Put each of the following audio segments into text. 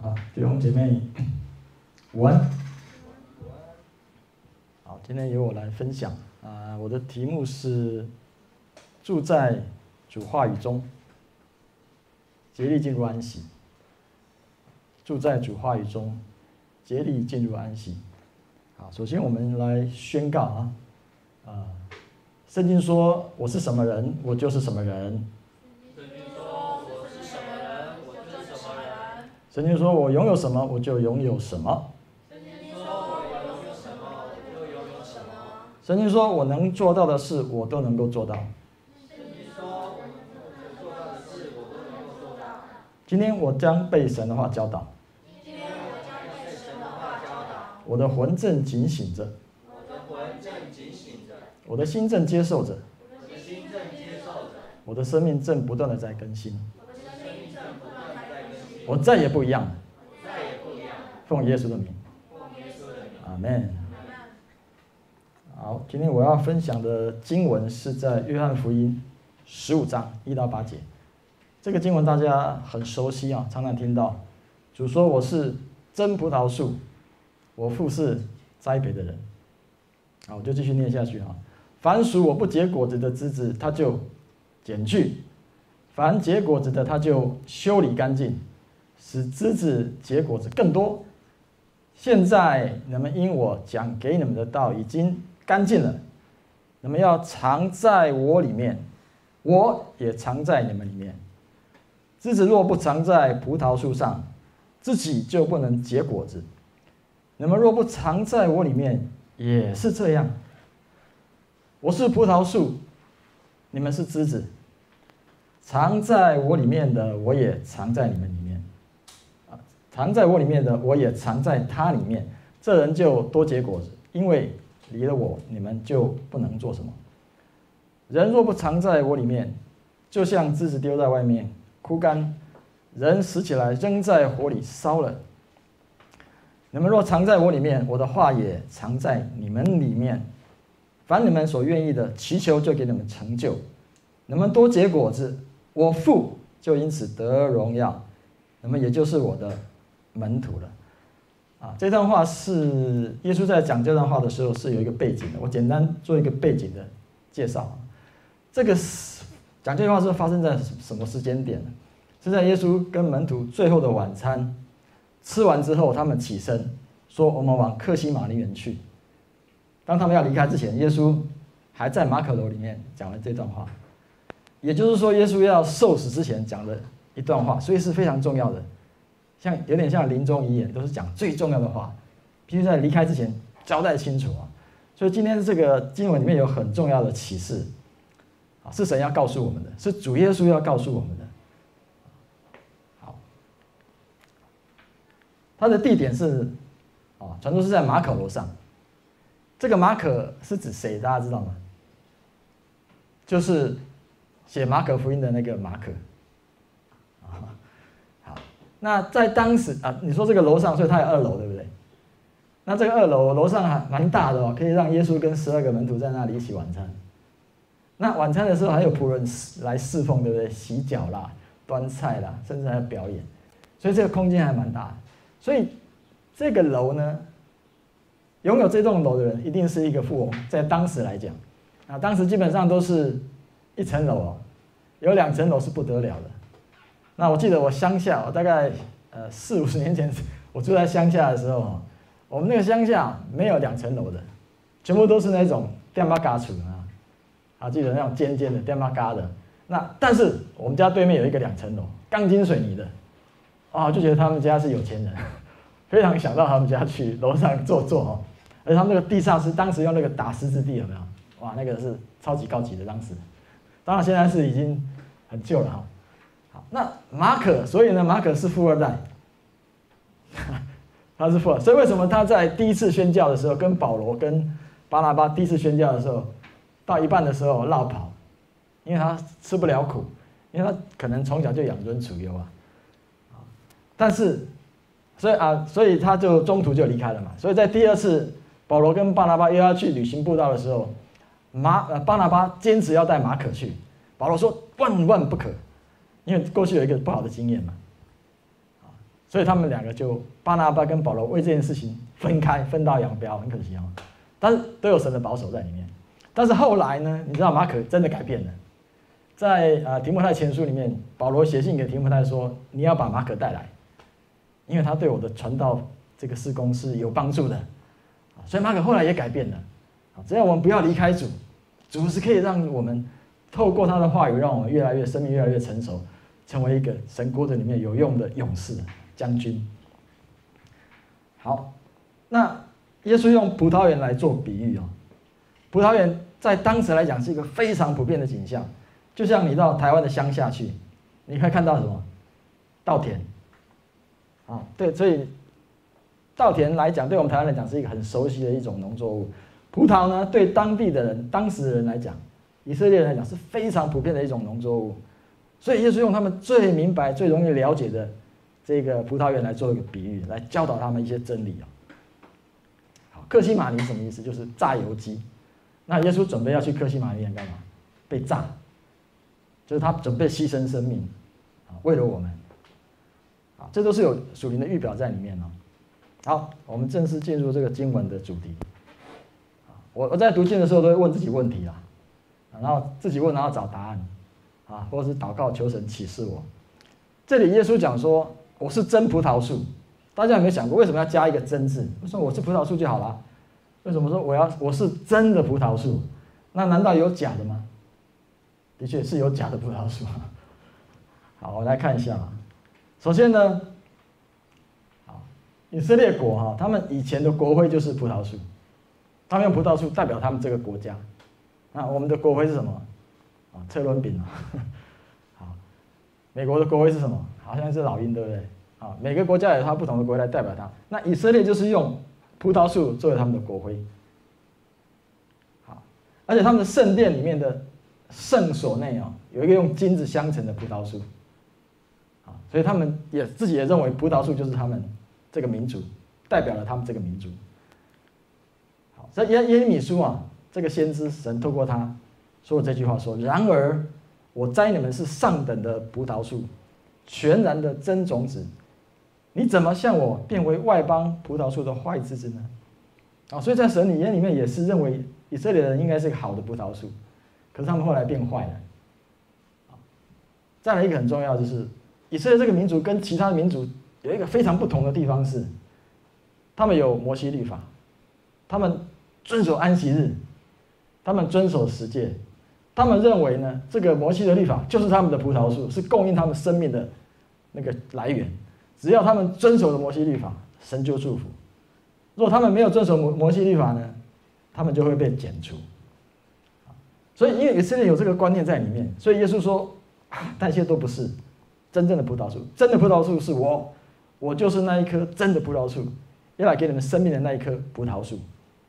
好，弟兄姐妹，午安。好，今天由我来分享我的题目是住在主话语中，竭力进入安息。住在主话语中，竭力进入安息。好，首先我们来宣告圣经说我是什么人，我就是什么人。圣经说我拥有什么，我就拥有什么。圣经说我能做到的事，我都能够做到。今天我将被神的话教导。我的魂正警醒着。我的心正接受着。我的生命正不断的在更新。我再也不一样了。奉耶稣的名。阿们。好，今天我要分享的经文是在约翰福音15章1到8节。这个经文大家很熟悉常常听到。主说我是真葡萄树，我父是栽培的人。好，我就继续念下去凡属我不结果子的枝子，他就剪去；凡结果子的，他就修理干净，使枝子结果子更多。现在你们因我讲给你们的道已经干净了，你们要藏在我里面，我也藏在你们里面。枝子若不藏在葡萄树上，自己就不能结果子。你们若不藏在我里面，也是这样。我是葡萄树，你们是枝子。藏在我里面的，我也藏在你们里面。藏在我里面的，我也藏在他里面。这人就多结果子，因为离了我，你们就不能做什么。人若不藏在我里面，就像枝子丢在外面枯干，人拾起来扔在火里烧了。你们若藏在我里面，我的话也藏在你们里面。凡你们所愿意的，祈求就给你们成就。你们多结果子，我父就因此得荣耀。你们也就是我的门徒了。这段话是耶稣在讲这段话的时候是有一个背景的，我简单做一个背景的介绍。这个讲这句话是发生在什么时间点呢？是在耶稣跟门徒最后的晚餐吃完之后，他们起身说我们往客西马尼园去。当他们要离开之前，耶稣还在马可楼里面讲了这段话，也就是说耶稣要受死之前讲的一段话，所以是非常重要的，有点像临终遗言，都是讲最重要的话，必须在离开之前交代清楚所以今天这个经文里面有很重要的启示是神要告诉我们的，是主耶稣要告诉我们的。好，它的地点是传说是在马可楼上。这个马可是指谁？大家知道吗？就是写马可福音的那个马可。好，那在当时你说这个楼上，所以它有2楼，对不对？那这个2楼楼上还蛮大的可以让耶稣跟12个门徒在那里一起晚餐。那晚餐的时候还有仆人来侍奉，对不对？洗脚啦、端菜啦，甚至还有表演，所以这个空间还蛮大的。所以这个楼呢，拥有这栋楼的人一定是一个富翁，在当时来讲，当时基本上都是1层楼有2层楼是不得了的。那我记得我乡下，我大概40-50年前，我住在乡下的时候，我们那个乡下没有2层楼的，全部都是那种电马嘎厝记得那种尖尖的电马嘎的。但是我们家对面有一个2层楼，钢筋水泥的，就觉得他们家是有钱人，非常想到他们家去楼上坐而且他们那个地上是当时用那个打石子地，有没有？哇，那个是超级高级的当时。当然现在是已经很旧了好，那马可，所以呢，马可是富二代，他是富二代，所以为什么他在第一次宣教的时候，跟保罗跟巴拿巴第一次宣教的时候，到一半的时候落跑，因为他吃不了苦，因为他可能从小就养尊处优但是，所以他就中途就离开了嘛。所以在第2次保罗跟巴拿巴又要去旅行布道的时候，巴拿巴坚持要带马可去，保罗说万万不可，因为过去有一个不好的经验嘛。 所以他们两个就巴拿巴跟保罗为这件事情分开，分道扬镳，很可惜哦。但是都有神的保守在里面。但是后来呢，你知道马可真的改变了，在提摩太前书里面，保罗写信给提摩太说，你要把马可带来，因为他对我的传道这个事工是有帮助的。所以马可后来也改变了。只要我们不要离开主，主是可以让我们透过他的话语，让我们生命越来越成熟，成为一个神国的里面有用的勇士将军。好，那耶稣用葡萄园来做比喻。葡萄园在当时来讲是一个非常普遍的景象，就像你到台湾的乡下去，你会看到什么？稻田。对，所以稻田来讲，对我们台湾来讲是一个很熟悉的一种农作物。葡萄呢，对当地的人、当时的人来讲，以色列人来讲是非常普遍的一种农作物。所以耶稣用他们最明白、最容易了解的这个葡萄园来做一个比喻，来教导他们一些真理。好，客西马尼什么意思？就是榨油机。那耶稣准备要去客西马尼园干嘛？被榨，就是他准备牺牲生命，为了我们。这都是有属灵的预表在里面。好，我们正式进入这个经文的主题。我在读经的时候都会问自己问题然后自己问，然后找答案或者是祷告求神启示我。这里耶稣讲说，我是真葡萄树，大家有没有想过为什么要加一个真字？为什么我是葡萄树就好了？为什么说我是真的葡萄树？那难道有假的吗？的确是有假的葡萄树。好，我来看一下。首先呢，以色列国他们以前的国徽就是葡萄树，他们用葡萄树代表他们这个国家。那我们的国徽是什么？车轮饼。好，美国的国徽是什么？好像是老鹰，对不对？每个国家有它不同的国徽来代表它。那以色列就是用葡萄树作为他们的国徽。好，而且他们的圣殿里面的圣所内有一个用金子镶成的葡萄树。所以他们自己也认为葡萄树就是他们这个民族，代表了他们这个民族。好，在耶利米书这个先知神透过他说这句话说：“然而我栽你们是上等的葡萄树，全然的真种子，你怎么向我变为外邦葡萄树的坏枝子呢？”所以在神眼里面也是认为以色列人应该是个好的葡萄树，可是他们后来变坏了。再来一个很重要就是，以色列这个民族跟其他的民族有一个非常不同的地方是，他们有摩西律法，他们遵守安息日，他们遵守十诫，他们认为呢，这个摩西的律法就是他们的葡萄树，是供应他们生命的那个来源。只要他们遵守了摩西律法，神就祝福；如果他们没有遵守摩西律法呢，他们就会被剪除。所以因为以色列有这个观念在里面，所以耶稣说那些都不是真正的葡萄树，真的葡萄树是我就是那一棵真的葡萄树，要来给你们生命的那一棵葡萄树。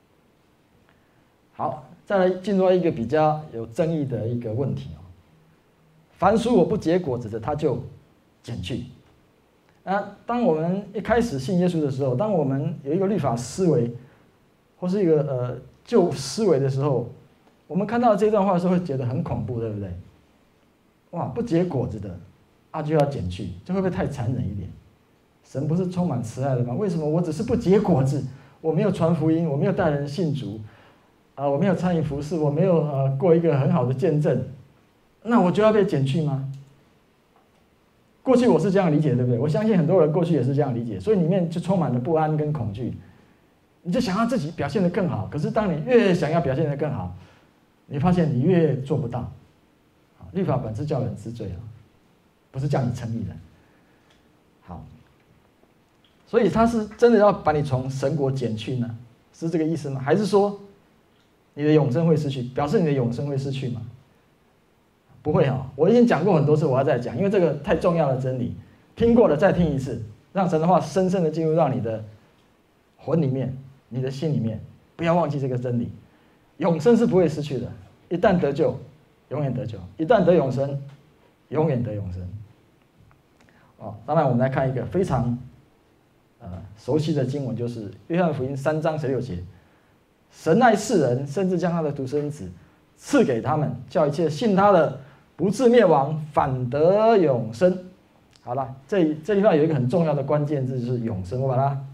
好，再来进入一个比较有争议的一个问题凡属我不结果子的，他就剪去。当我们一开始信耶稣的时候，当我们有一个律法思维，或是一个旧思维的时候，我们看到这段话的时候会觉得很恐怖，对不对？哇，不结果子的就要剪去，这会不会太残忍一点？神不是充满慈爱的吗？为什么我只是不结果子，我没有传福音，我没有带人信主，我没有参与服事，我没有过一个很好的见证，那我就要被剪去吗？过去我是这样理解，对不对？我相信很多人过去也是这样理解，所以里面就充满了不安跟恐惧，你就想要自己表现得更好，可是当你越想要表现得更好，你发现你越做不到。律法本是叫人知罪不是叫你称义的。好，所以他是真的要把你从神国剪去呢？是这个意思吗？还是说你的永生会失去？表示你的永生会失去吗？不会我已经讲过很多次，我要再讲，因为这个太重要的真理，听过了再听一次，让神的话深深的进入到你的魂里面，你的心里面，不要忘记这个真理。永生是不会失去的，一旦得救，永远得救；一旦得永生，永远得永生。当然我们来看一个非常熟悉的经文，就是约翰福音3章16节：神爱世人，甚至将他的独生子赐给他们，叫一切信他的不至灭亡，反得永生。 好了，这地方有一个很重要的关键字，就是永生。我把它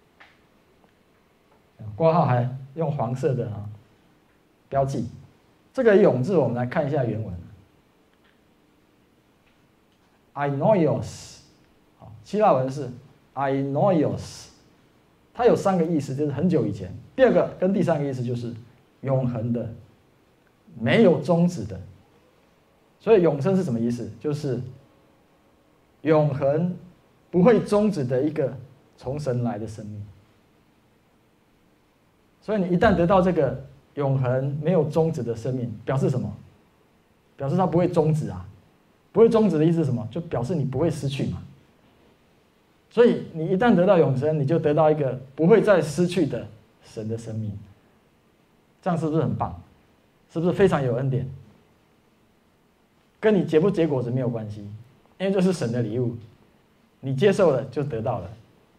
括号还用黄色的标记。这个永字，我们来看一下原文。aionios， 希腊文是 aionios， 它有3个意思，就是很久以前。第2个跟第3个意思就是永恒的，没有终止的。所以永生是什么意思？就是永恒不会终止的一个从神来的生命。所以你一旦得到这个永恒没有终止的生命，表示什么？表示它不会终止啊！不会终止的意思是什么？就表示你不会失去嘛。所以你一旦得到永生，你就得到一个不会再失去的神的生命。这样是不是很棒？是不是非常有恩典？跟你结不结果子没有关系，因为这是神的礼物，你接受了就得到了。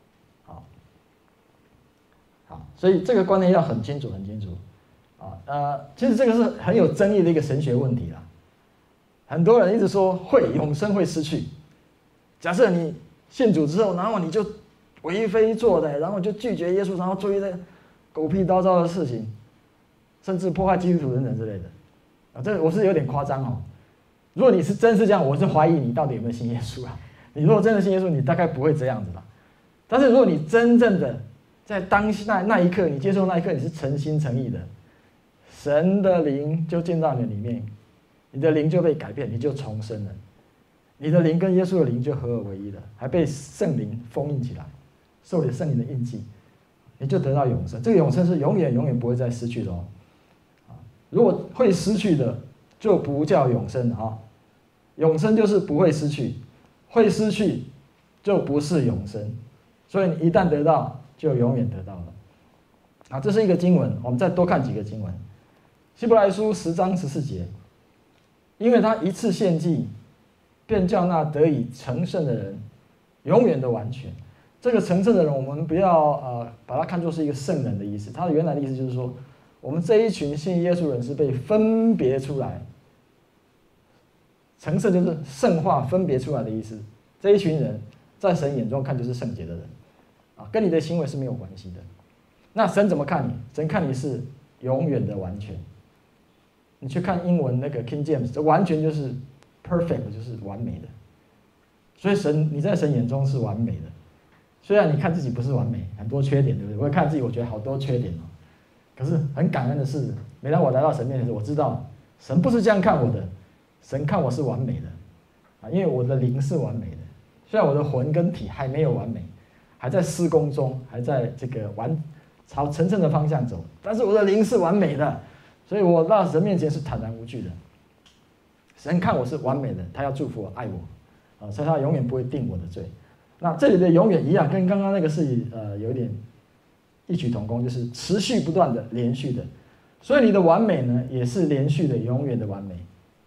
好，所以这个观念要很清楚，很清楚。其实这个是很有争议的一个神学问题啦。很多人一直说永生会失去。假设你信主之后，然后你就为非作歹，然后就拒绝耶稣，然后做一些狗屁叨叨的事情，甚至破坏基督徒等等之类的。这我是有点夸张哦。如果你是真是这样，我是怀疑你到底有没有信耶稣啊？你如果真的信耶稣，你大概不会这样子吧。但是如果你真正的在当下那一刻，你接受那一刻，你是诚心诚意的，神的灵就进到你里面，你的灵就被改变，你就重生了，你的灵跟耶稣的灵就合而为一了，还被圣灵封印起来，受了圣灵的印记，你就得到永生。这个永生是永远永远不会再失去的哦。如果会失去的，就不叫永生啊。永生就是不会失去，会失去就不是永生。所以你一旦得到，就永远得到了。这是一个经文，我们再多看几个经文。希伯来书10章14节，因为他一次献祭，便叫那得以成圣的人永远的完全。这个成圣的人，我们不要把它看作是一个圣人的意思，他的原来的意思就是说，我们这一群信耶稣人是被分别出来，成圣就是圣化分别出来的意思。这一群人在神眼中看就是圣洁的人，跟你的行为是没有关系的。那神怎么看你？神看你是永远的完全。你去看英文那个 King James， 这完全就是 perfect， 就是完美的。所以你在神眼中是完美的。虽然你看自己不是完美，很多缺点，对不对？我看自己，我觉得好多缺点哦。可是很感恩的是，每当我来到神面前时，我知道神不是这样看我的，神看我是完美的，因为我的灵是完美的。虽然我的魂跟体还没有完美，还在施工中，还在这个朝成圣的方向走，但是我的灵是完美的，所以我到神面前是坦然无惧的。神看我是完美的，他要祝福我、爱我，所以他永远不会定我的罪。那这里的永远一样，跟刚刚那个是有点异曲同工，就是持续不断的、连续的。所以你的完美呢，也是连续的、永远的完美。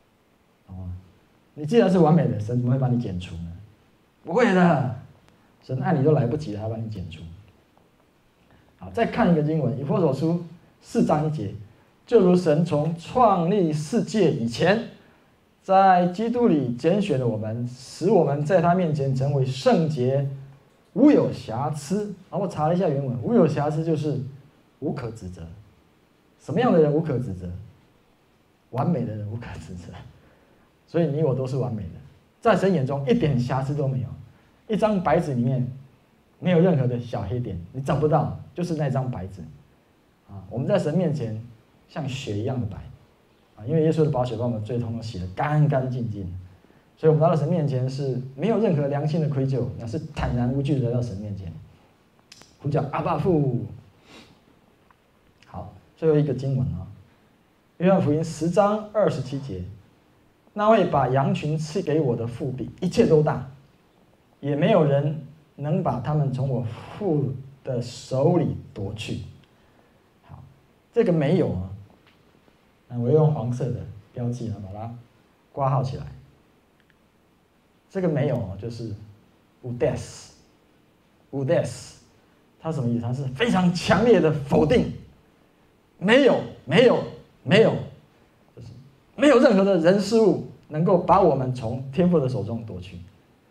你既然是完美的，神怎么会把你剪除呢？不会的，神爱你都来不及了，还把你剪除。好，再看一个经文，以弗所书4章1节，就如神从创立世界以前，在基督里拣选了我们，使我们在他面前成为圣洁，无有瑕疵。我查了一下原文，无有瑕疵就是无可指责。什么样的人无可指责？完美的人无可指责。所以你我都是完美的，在神眼中一点瑕疵都没有。一张白纸里面没有任何的小黑点，你找不到，就是那张白纸。我们在神面前像雪一样的白。因为耶稣的宝血把我们罪统统洗得干干净净，所以我们来到神面前是没有任何良心的愧疚，那是坦然无惧的来到神面前，呼叫阿爸父。好，最后一个经文约翰福音10章27节，那位把羊群赐给我的父比一切都大，也没有人能把他们从我父的手里夺去。好，这个没有我用黄色的标记把它括号起来。这个没有就是 udes， 它什么意思？它是非常强烈的否定，没有，就是没有任何的人事物能够把我们从天父的手中夺去。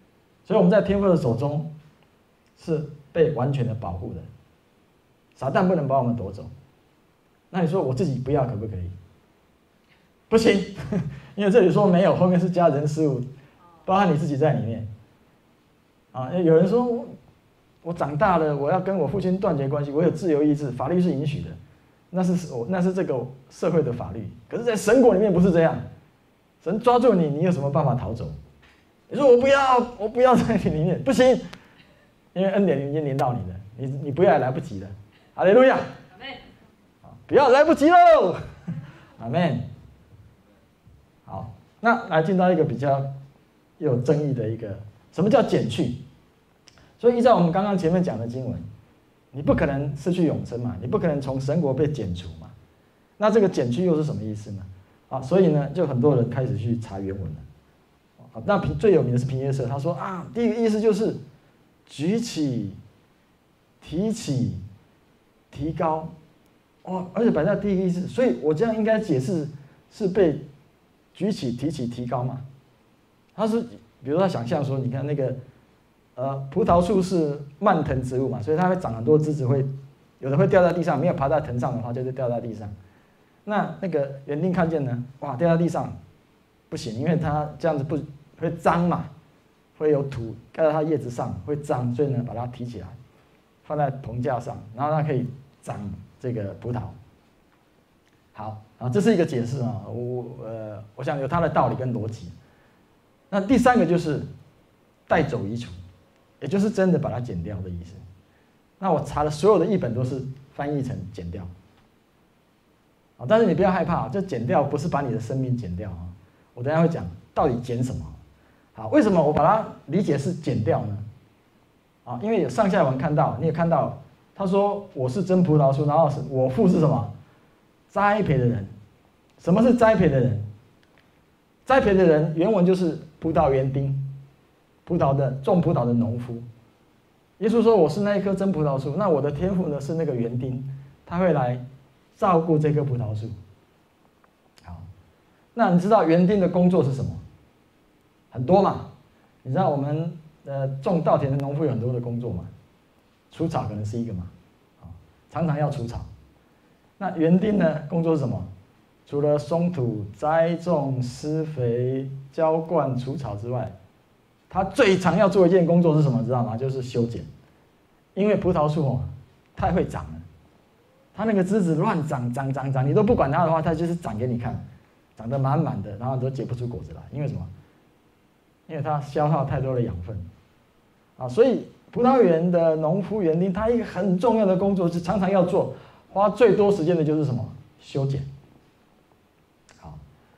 所以我们在天父的手中是被完全的保护的，撒旦不能把我们夺走。那你说我自己不要可不可以？不行，因为这里说没有，后面是加人事物，包含你自己在里面。啊，有人说我长大了，我要跟我父亲断绝关系，我有自由意志，法律是允许的，那是这个社会的法律。可是，在神国里面不是这样，神抓住你，你有什么办法逃走？你说我不要在你里面，不行，因为恩典已经临到你了，你不要也来不及了。哈利路亚，不要来不及喽，阿们。好，那来进到一个比较有争议的一个，什么叫减去？所以依照我们刚刚前面讲的经文，你不可能失去永生嘛，你不可能从神国被剪除嘛。那这个减去又是什么意思呢？啊，所以呢，就很多人开始去查原文了。啊，那最有名的是平约瑟，他说啊，第一个意思就是举起、提起、提高，哦，而且摆在第一个意思，所以我这样应该解释是被举起、提起、提高嘛。他是比如说他想象说，你看那个。葡萄树是蔓藤植物嘛，所以它会长很多枝子，有的会掉在地上，没有爬在藤上的话，就是掉在地上。那个园丁看见呢，哇，掉在地上不行，因为它这样子不会脏嘛，会有土盖在它叶子上，会脏，所以呢，把它提起来，放在棚架上，然后它可以长这个葡萄。好，啊，这是一个解释啊，我想有它的道理跟逻辑。那第三个就是带走移除。也就是真的把它剪掉的意思。那我查了所有的译本都是翻译成剪掉。啊，但是你不要害怕，这剪掉不是把你的生命剪掉啊。我等一下会讲到底剪什么。好，为什么我把它理解是剪掉呢？啊，因为有上下文看到，你也看到，他说我是真葡萄树，然后我父是什么？栽培的人。什么是栽培的人？栽培的人原文就是葡萄园丁。种葡萄的农夫，耶稣说：“我是那一棵真葡萄树，那我的天父呢是那个园丁，他会来照顾这棵葡萄树。”好，那你知道园丁的工作是什么？很多嘛，你知道我们种稻田的农夫有很多的工作嘛，除草可能是一个嘛，常常要除草。那园丁呢，工作是什么？除了松土、栽种、施肥、浇灌、除草之外，他最常要做的一件工作是什么？知道吗？就是修剪。因为葡萄树太会长了，它那个枝子乱长，你都不管它的话，它就是长给你看，长得满满的，然后都结不出果子来。因为什么？因为它消耗太多的养分啊。所以葡萄园的农夫园丁，他一个很重要的工作是常常要做，花最多时间的就是什么？修剪。好，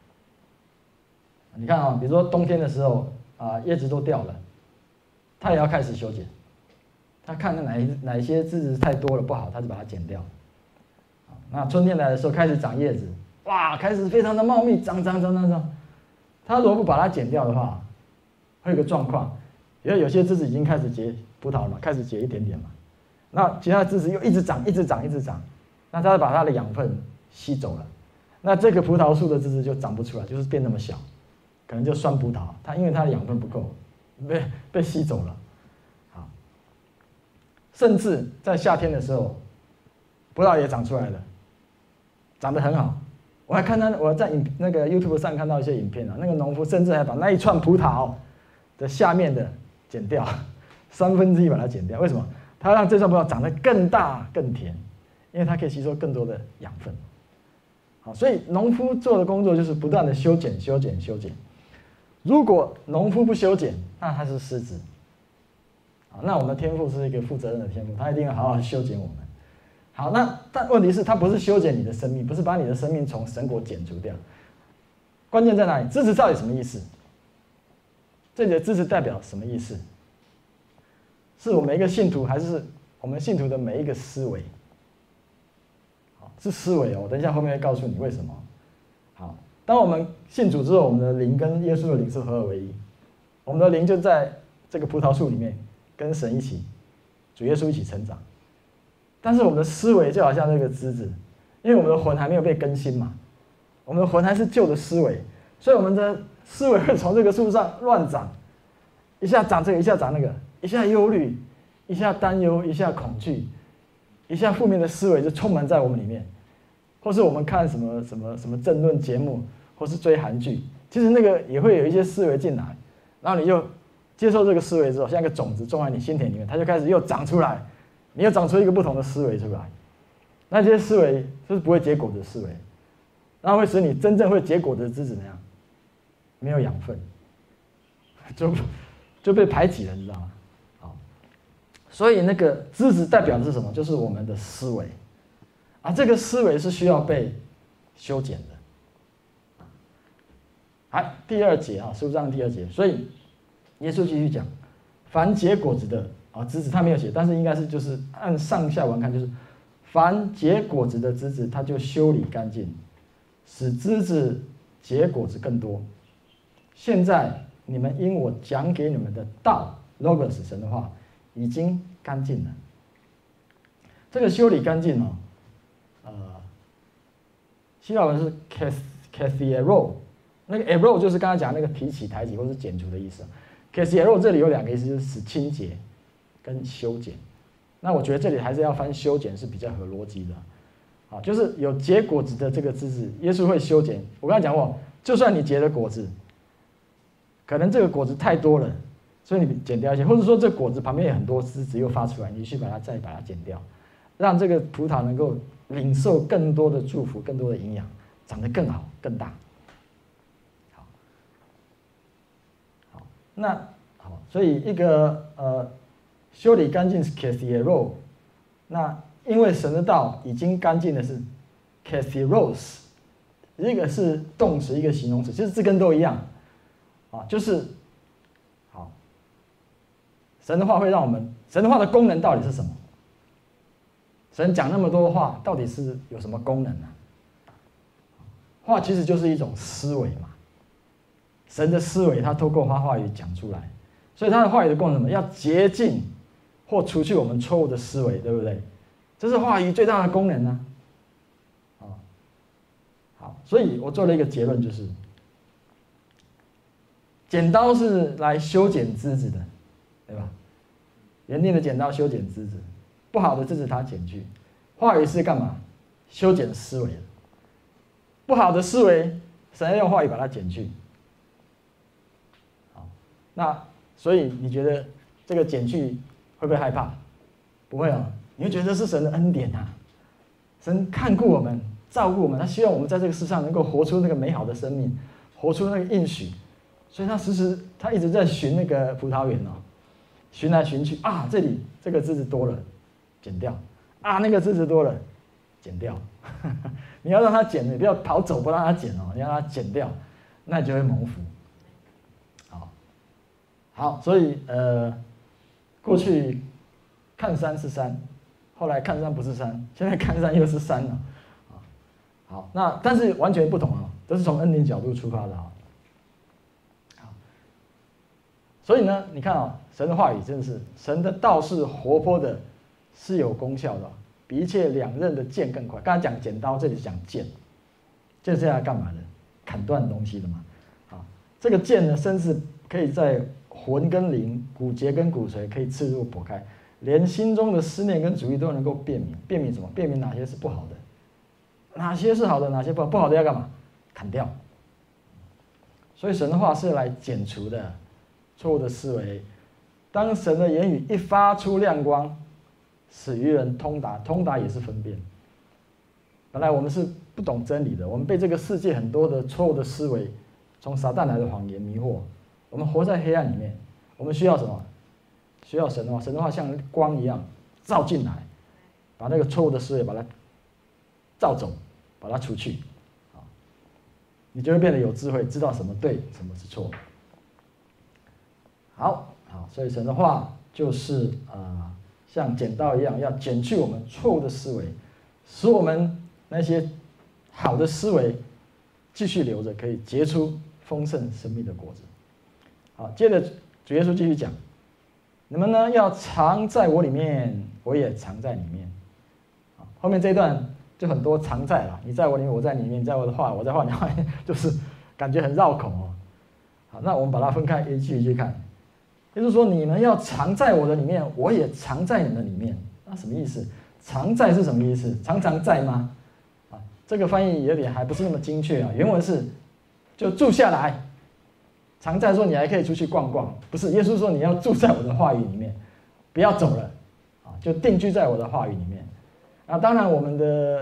你看啊，比如说冬天的时候。叶子都掉了，他也要开始修剪。他看哪一些枝子太多了不好，他就把它剪掉。那春天来的时候开始长叶子，哇，开始非常的茂密，长。他如果不把它剪掉的话，会有个状况，因为有些枝子已经开始结葡萄了嘛，开始结一点点嘛，那其他的枝子又一直长，那他把它的养分吸走了，那这个葡萄树的枝子就长不出来，就是变那么小。可能就酸葡萄，因为它的养分不够，被吸走了。好，甚至在夏天的时候，葡萄也长出来了，长得很好。我还看我在那个 YouTube 上看到一些影片啊，那个农夫甚至还把那一串葡萄的下面的剪掉，1/3把它剪掉。为什么？他让这串葡萄长得更大更甜，因为它可以吸收更多的养分。好，所以农夫做的工作就是不断的修剪。如果农夫不修剪，那他是失职。那我们的天父是一个负责任的天父，他一定要好好修剪我们。好，但问题是，他不是修剪你的生命，不是把你的生命从神国剪除掉。关键在哪里？支持到底什么意思？这里的支持代表什么意思？是我们一个信徒，还是我们信徒的每一个思维？好，是思维哦。我等一下后面会告诉你为什么。好。当我们信主之后，我们的灵跟耶稣的灵是合而为一，我们的灵就在这个葡萄树里面跟神一起，主耶稣一起成长。但是我们的思维就好像这个枝子，因为我们的魂还没有被更新嘛，我们的魂还是旧的思维，所以我们的思维会从这个树上乱长， 一下长这个，一下长那个，一下忧虑，一下担忧，一下恐惧，一下负面的思维就充满在我们里面，或是我们看什么政论节目，或是追韩剧，其实那个也会有一些思维进来，然后你又接受这个思维之后，像一个种子种在你心田里面，它就开始又长出来，你又长出一个不同的思维出来，那些思维就是不会结果的思维，然后会使你真正会结果的枝子那样，没有养分，就被排挤了，你知道吗？好，所以那个枝子代表的是什么？就是我们的思维，啊，这个思维是需要被修剪的。好，第2节啊，15章第2节，所以耶稣继续讲，凡结果子的啊枝子，他没有写，但是应该是就是按上下文看，就是凡结果子的枝子，他就修理干净，使枝子结果子更多。现在你们因我讲给你们的道 ，logos 神的话，已经干净了。这个修理干净哦，希腊文是 kathiero， 那个 ero 就是刚才讲那个提起、抬起或是剪除的意思。kathiero 这里有2个意思，就是使清洁跟修剪。那我觉得这里还是要翻修剪是比较合逻辑的。好，就是有结果子的这个枝子，耶稣会修剪。我刚才讲过，就算你结了果子，可能这个果子太多了，所以你剪掉一些，或者说这果子旁边有很多枝子又发出来，你去再把它剪掉，让这个葡萄能够领受更多的祝福、更多的营养，长得更好、更大。好，那好，所以一个修理干净是 kathiero， 那因为神的道已经干净的是 kathieros， 一个是动词，一个形容词，其实字根都一样。就是好，神的话会让我们，神的话的功能到底是什么？神讲那么多话，到底是有什么功能呢？话其实就是一种思维嘛，神的思维，他透过他话语讲出来，所以他的话语的功能什么？要洁净或除去我们错误的思维，对不对？这是话语最大的功能呢。好，所以我做了一个结论，就是。剪刀是来修剪枝子的，对吧？园丁的剪刀修剪枝子，不好的枝子它剪去。话语是干嘛？修剪思维的，不好的思维，神要用话语把它剪去。好，那所以你觉得这个剪去会不会害怕？不会啊，你会觉得是神的恩典啊，神看顾我们，照顾我们，他希望我们在这个世上能够活出那个美好的生命，活出那个应许。所以他一直在寻那个葡萄园哦，寻来寻去啊，这里这个枝子多了，剪掉啊，那个枝子多了，剪掉。你要让它剪，你不要跑走不让它剪哦，你要让它剪掉，那你就会蒙福。好，所以过去看山是山，后来看山不是山，现在看山又是山了。好，那但是完全不同哦，都是从恩典角度出发的啊。所以呢，你看啊，神的话语真的是，神的道是活泼的，是有功效的，比一切两刃的剑更快。刚才讲剪刀，这里是讲剑，剑是要干嘛的？砍断东西的嘛。啊，这个剑呢，甚至可以在魂跟灵、骨节跟骨髓可以刺入剖开，连心中的思念跟主意都能够辨明。辨明什么？辨明哪些是不好的，哪些是好的，哪些不好。不好的要干嘛？砍掉。所以神的话是来剪除的。错误的思维，当神的言语一发出亮光，使愚人通达，通达也是分辨。本来我们是不懂真理的，我们被这个世界很多的错误的思维，从撒旦来的谎言迷惑，我们活在黑暗里面。我们需要什么？需要神的话，神的话像光一样照进来，把那个错误的思维把它照走，把它除去，你就会变得有智慧，知道什么对，什么是错。好，所以神的话就是像剪刀一样，要剪去我们错误的思维，使我们那些好的思维继续留着，可以结出丰盛生命的果子。好，接着主耶稣继续讲，你们呢要藏在我里面，我也藏在里面。后面这一段就很多藏在了，你在我里面，我在里面，你在我的话，我在话里面，就是感觉很绕口哦。好，那我们把它分开一句一句看。 也就是说，你们要常在我的里面，我也常在你们里面。那什么意思？常在是什么意思？常常在吗？啊，这个翻译有点还不是那么精确啊。原文是就住下来。常在说你还可以出去逛逛，不是？耶稣说你要住在我的话语里面，不要走了，啊，就定居在我的话语里面。啊，当然我们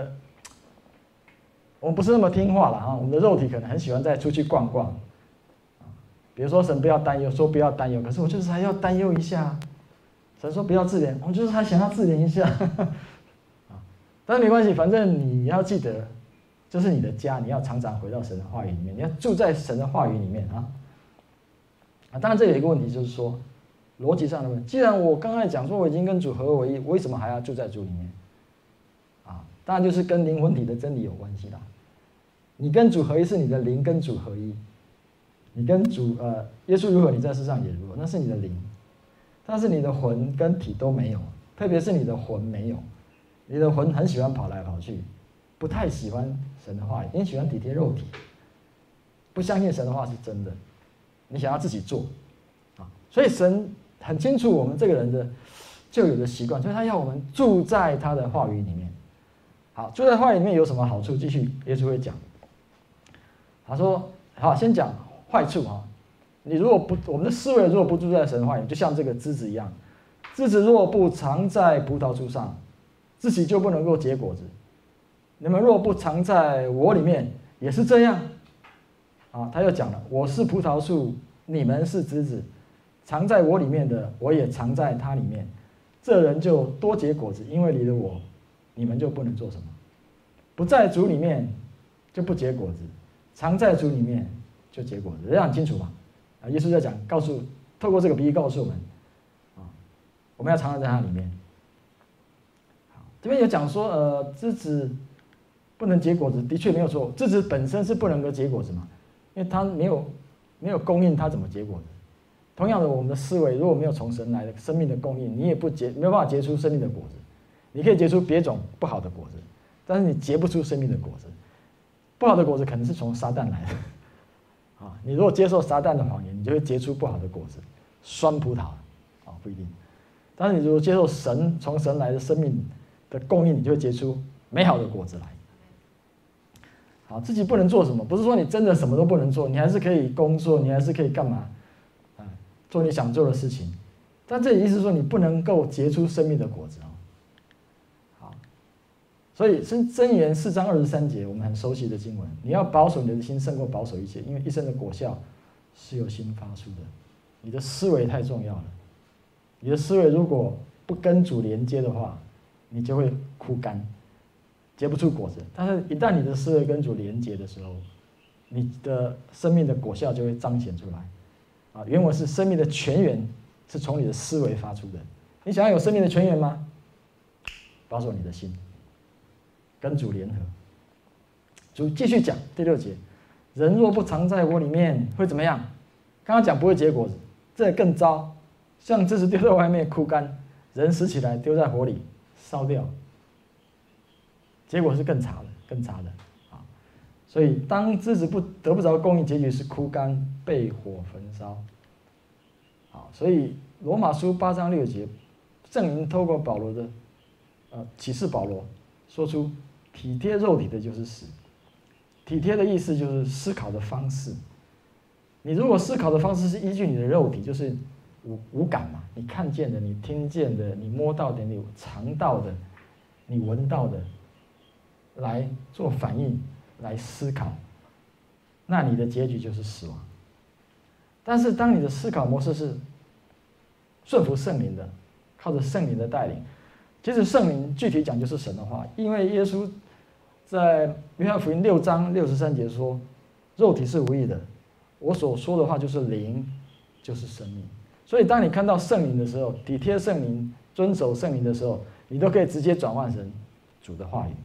不是那么听话了啊，我们的肉体可能很喜欢再出去逛逛，啊，比如说神不要担忧，说不要担忧，可是我就是还要担忧一下。神说不要自怜，我就是还想要自怜一下，啊，但是没关系，反正你要记得，这是你的家，你要常常回到神的话语里面，你要住在神的话语里面啊。当然，这有一个问题，就是说，逻辑上的问题。既然我刚才讲说我已经跟主合为一，为什么还要住在主里面？啊，当然就是跟灵魂体的真理有关系啦。你跟主合一是你的灵跟主合一，你跟主耶稣如何，你在世上也如何，那是你的灵，但是你的魂跟体都没有，特别是你的魂没有，你的魂很喜欢跑来跑去，不太喜欢神的话语，你喜欢体贴肉体，不相信神的话是真的。你想要自己做，啊，所以神很清楚我们这个人的就有的习惯，所以他要我们住在他的话语里面。好，住在话语里面有什么好处？继续耶稣会讲。他说：“好，先讲坏处啊。你如果不，我们的思维如果不住在神的话语，就像这个枝子一样，枝子若不藏在葡萄树上，自己就不能够结果子。你们若不藏在我里面，也是这样。”啊，他又讲了，我是葡萄树，你们是枝子，藏在我里面的，我也藏在他里面。这人就多结果子，因为离了我，你们就不能做什么。不在主里面，就不结果子；藏在主里面，就结果子。这样很清楚嘛？啊，耶稣在讲，透过这个比喻告诉我们，啊，我们要藏在他里面。好，这边有讲说，枝子不能结果子，的确没有错，枝子本身是不能够结果子嘛。因为它没有供应，它怎么结果子？同样的，我们的思维如果没有从神来的生命的供应，你也没有办法结出生命的果子。你可以结出别种不好的果子，但是你结不出生命的果子。不好的果子可能是从撒旦来的，啊，你如果接受撒旦的谎言，你就会结出不好的果子，酸葡萄，啊，不一定。但是你如果接受从神来的生命的供应，你就会结出美好的果子来。好，自己不能做什么，不是说你真的什么都不能做，你还是可以工作，你还是可以干嘛，啊，做你想做的事情。但这意思是说你不能够结出生命的果子啊。好，所以箴言4章23节，我们很熟悉的经文，你要保守你的心胜过保守一切，因为一生的果效是由心发出的。你的思维太重要了，你的思维如果不跟主连接的话，你就会枯干。结不出果子，但是一旦你的思维跟主连结的时候，你的生命的果效就会彰显出来。啊，原文是生命的泉源是从你的思维发出的。你想要有生命的泉源吗？保守你的心，跟主联合。主继续讲第6节，人若不藏在我里面，会怎么样？刚刚讲不会结果子，这更糟，像枝子丢在外面枯干，人拾起来丢在火里烧掉。结果是更差的啊！所以当枝子得不着供应，结局是枯干，被火焚烧。好，所以罗马书8章6节，圣灵透过保罗的启示保罗说出，体贴肉体的就是死。体贴的意思就是思考的方式。你如果思考的方式是依据你的肉体，就是五感嘛，你看见的，你听见的，你摸到的，你尝到的，你闻到的。来做反应，来思考，那你的结局就是死亡。但是当你的思考模式是顺服圣灵的，靠着圣灵的带领，其实圣灵具体讲就是神的话，因为耶稣在约翰福音6章63节说，肉体是无益的，我所说的话就是灵，就是生命。所以当你看到圣灵的时候，体贴圣灵，遵守圣灵的时候，你都可以直接转换成主的话语。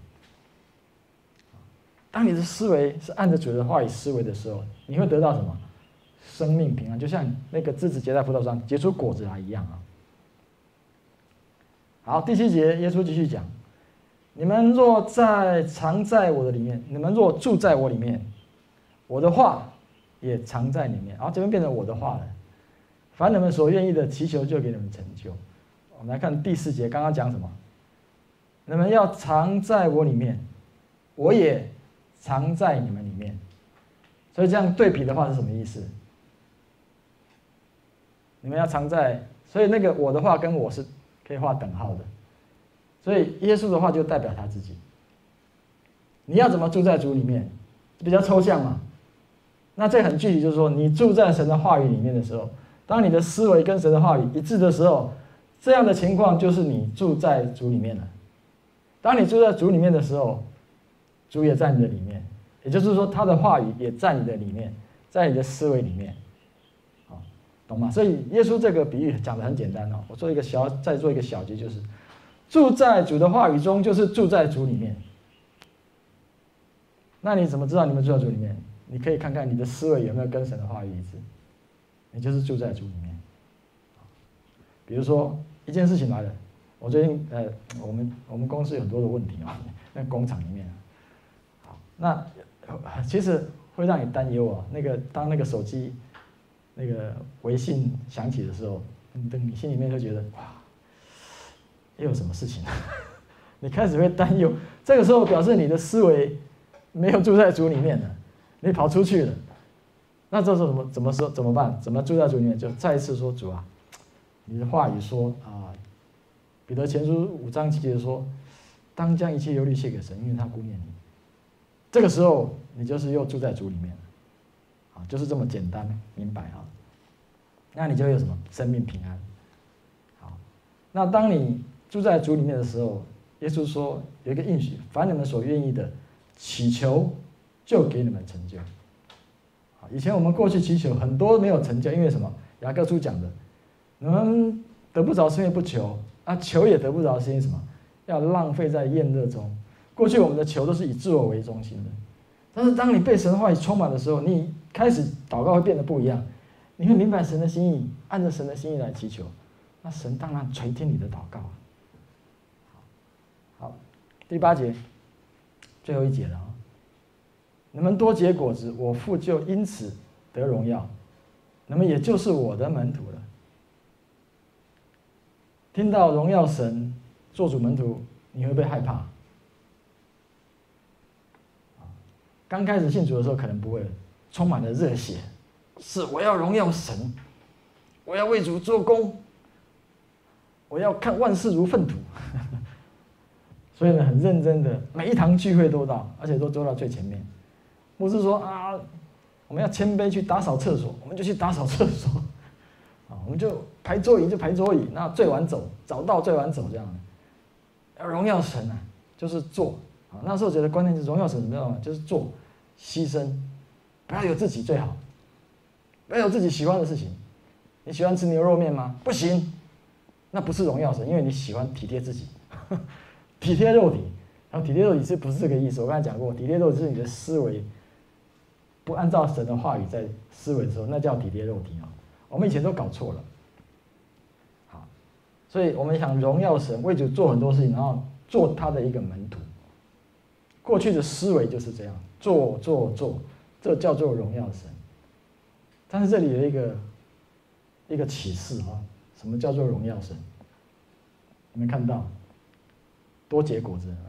当你的思维是按着主的话语思维的时候，你会得到什么？生命平安，就像那个枝子结在葡萄上结出果子来一样啊。好，第7节，耶稣继续讲：你们若藏在我的里面，你们若住在我里面，我的话也藏在里面。然后这边变成我的话了。 凡你们所愿意的，祈求就给你们成就。我们来看第4节，刚刚讲什么？你们要藏在我里面，我也藏在你们里面。所以这样对比的话是什么意思？你们要藏在，所以那个我的话跟我是可以画等号的。所以耶稣的话就代表他自己。你要怎么住在主里面？比较抽象嘛。那这很具体，就是说，你住在神的话语里面的时候，当你的思维跟神的话语一致的时候，这样的情况就是你住在主里面了。当你住在主里面的时候，主也在你的里面，也就是说，他的话语也在你的里面，在你的思维里面，懂吗？所以耶稣这个比喻讲得很简单哦。我再做一个小结，就是住在主的话语中，就是住在主里面。那你怎么知道你们住在主里面？你可以看看你的思维有没有跟神的话语一致，你就是住在主里面。比如说一件事情来了，我最近我们公司有很多的问题啊，那工厂里面，好，那其实会让你担忧啊。当那个手机那个微信响起的时候，你心里面就觉得哇，又有什么事情？你开始会担忧，这个时候表示你的思维没有住在主里面了，你跑出去了。那这时候怎么办？怎么住在主里面？就再一次说，主啊，你的话语说啊，彼得前书5章7节说，当将一切忧虑卸给神，因为他顾念你。这个时候你就是又住在主里面了，啊，就是这么简单明白啊。那你就会有什么生命平安。好，那当你住在主里面的时候，耶稣说有一个应许，凡你们所愿意的，祈求就给你们成就。以前我们过去祈求很多没有成就，因为什么？雅各书讲的，你们得不着是因为不求啊，求也得不着是因为什么？要浪费在宴乐中。过去我们的求都是以自我为中心的，但是当你被神的话语充满的时候，你开始祷告会变得不一样，你会明白神的心意，按着神的心意来祈求，那神当然垂听你的祷告。好，第8节，最后一节了啊。你们多结果子，我父就因此得荣耀，你们也就是我的门徒了。听到荣耀神、做主门徒，你会不会害怕？刚开始信主的时候可能不会，充满了热血，是我要荣耀神，我要为主做工，我要看万事如粪土。所以呢，很认真的，每一堂聚会都到，而且都坐到最前面。牧师说啊，我们要谦卑去打扫厕所，我们就去打扫厕所，啊，我们就排桌椅就排桌椅，那最晚走，早到最晚走这样的。要荣耀神啊，就是做啊。那时候觉得关键是荣耀神，你知道吗？就是做，牺牲，不要有自己最好，不要有自己喜欢的事情。你喜欢吃牛肉面吗？不行，那不是荣耀神，因为你喜欢体贴自己，体贴肉体。然后体贴肉体是不是这个意思？我刚才讲过，体贴肉体是你的思维不按照神的话语在思维的时候，那叫体贴肉体啊。我们以前都搞错了。好，所以我们想荣耀神，为主做很多事情，然后做他的一个门徒。过去的思维就是这样，做，这叫做荣耀神。但是这里有一个启示啊，什么叫做荣耀神？你们看到，多结果子啊，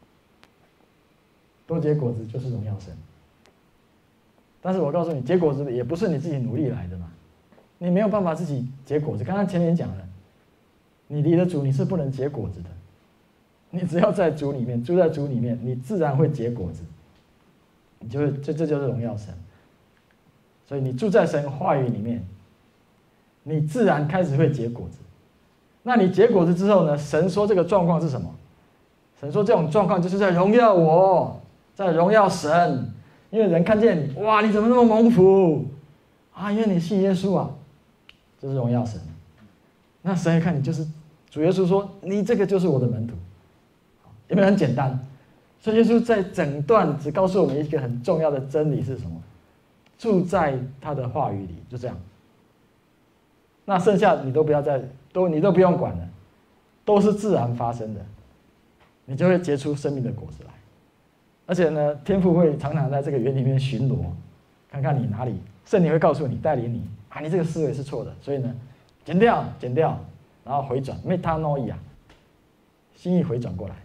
多结果子就是荣耀神。但是我告诉你，结果子也不是你自己努力来的嘛，你没有办法自己结果子。刚刚前面讲了，你离了主，你是不能结果子的。你只要在主里面，住在主里面，你自然会结果子。你就会，这就是荣耀神。所以你住在神话语里面，你自然开始会结果子。那你结果子之后呢？神说这个状况是什么？神说这种状况就是在荣耀我，在荣耀神。因为人看见你，哇，你怎么那么蒙福啊？因为你信耶稣啊，这是荣耀神。那神一看你就是主耶稣说，你这个就是我的门徒，有没有很简单？所以耶稣在整段只告诉我们一个很重要的真理是什么？住在他的话语里，就这样。那剩下你都不要你都不用管了，都是自然发生的，你就会结出生命的果子来。而且呢，天父会常常在这个园里面巡逻，看看你哪里，圣灵会告诉你，带领你啊，你这个思维是错的，所以呢，减掉，然后回转 metanoia， 心意回转过来。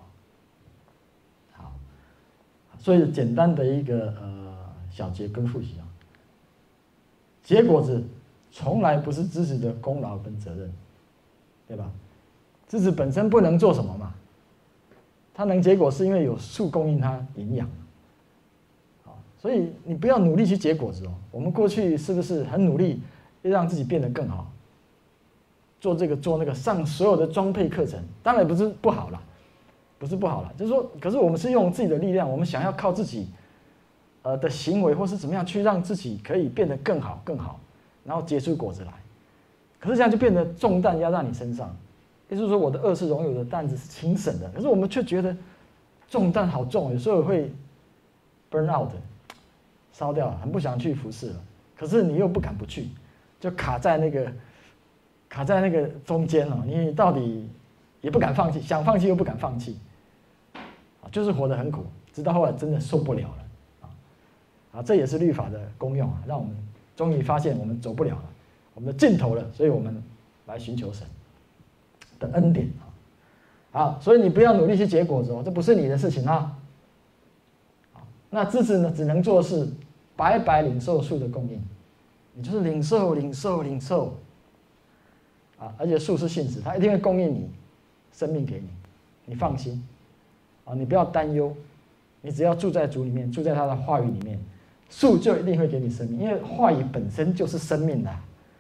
好，所以简单的一个小结跟复习啊，结果子从来不是枝子的功劳跟责任，对吧？枝子本身不能做什么嘛，它能结果是因为有树供应它营养。所以你不要努力去结果子哦。我们过去是不是很努力，让自己变得更好？做这个做那个，上所有的装配课程，当然不是不好啦，不是不好啦，就是说，可是我们是用自己的力量，我们想要靠自己的行为或是怎么样去让自己可以变得更好，然后结出果子来。可是这样就变得重担压在你身上，也就是说，我的恶是荣有的担子是轻省的，可是我们却觉得重担好重，有时候会 burn out 的。烧掉了，很不想去服侍了，可是你又不敢不去，就卡在那个中间哦，你到底也不敢放弃，想放弃又不敢放弃，就是活得很苦，直到后来真的受不了了啊！这也是律法的功用啊，让我们终于发现我们走不了了，我们的尽头了，所以我们来寻求神的恩典啊！好，所以你不要努力去结果子哦，这不是你的事情啊！那枝子呢，只能做的是白白领受树的供应，你就是领受啊！而且树是信实，它一定会供应你生命给你，你放心啊！你不要担忧，你只要住在主里面，住在他的话语里面，树就一定会给你生命，因为话语本身就是生命的。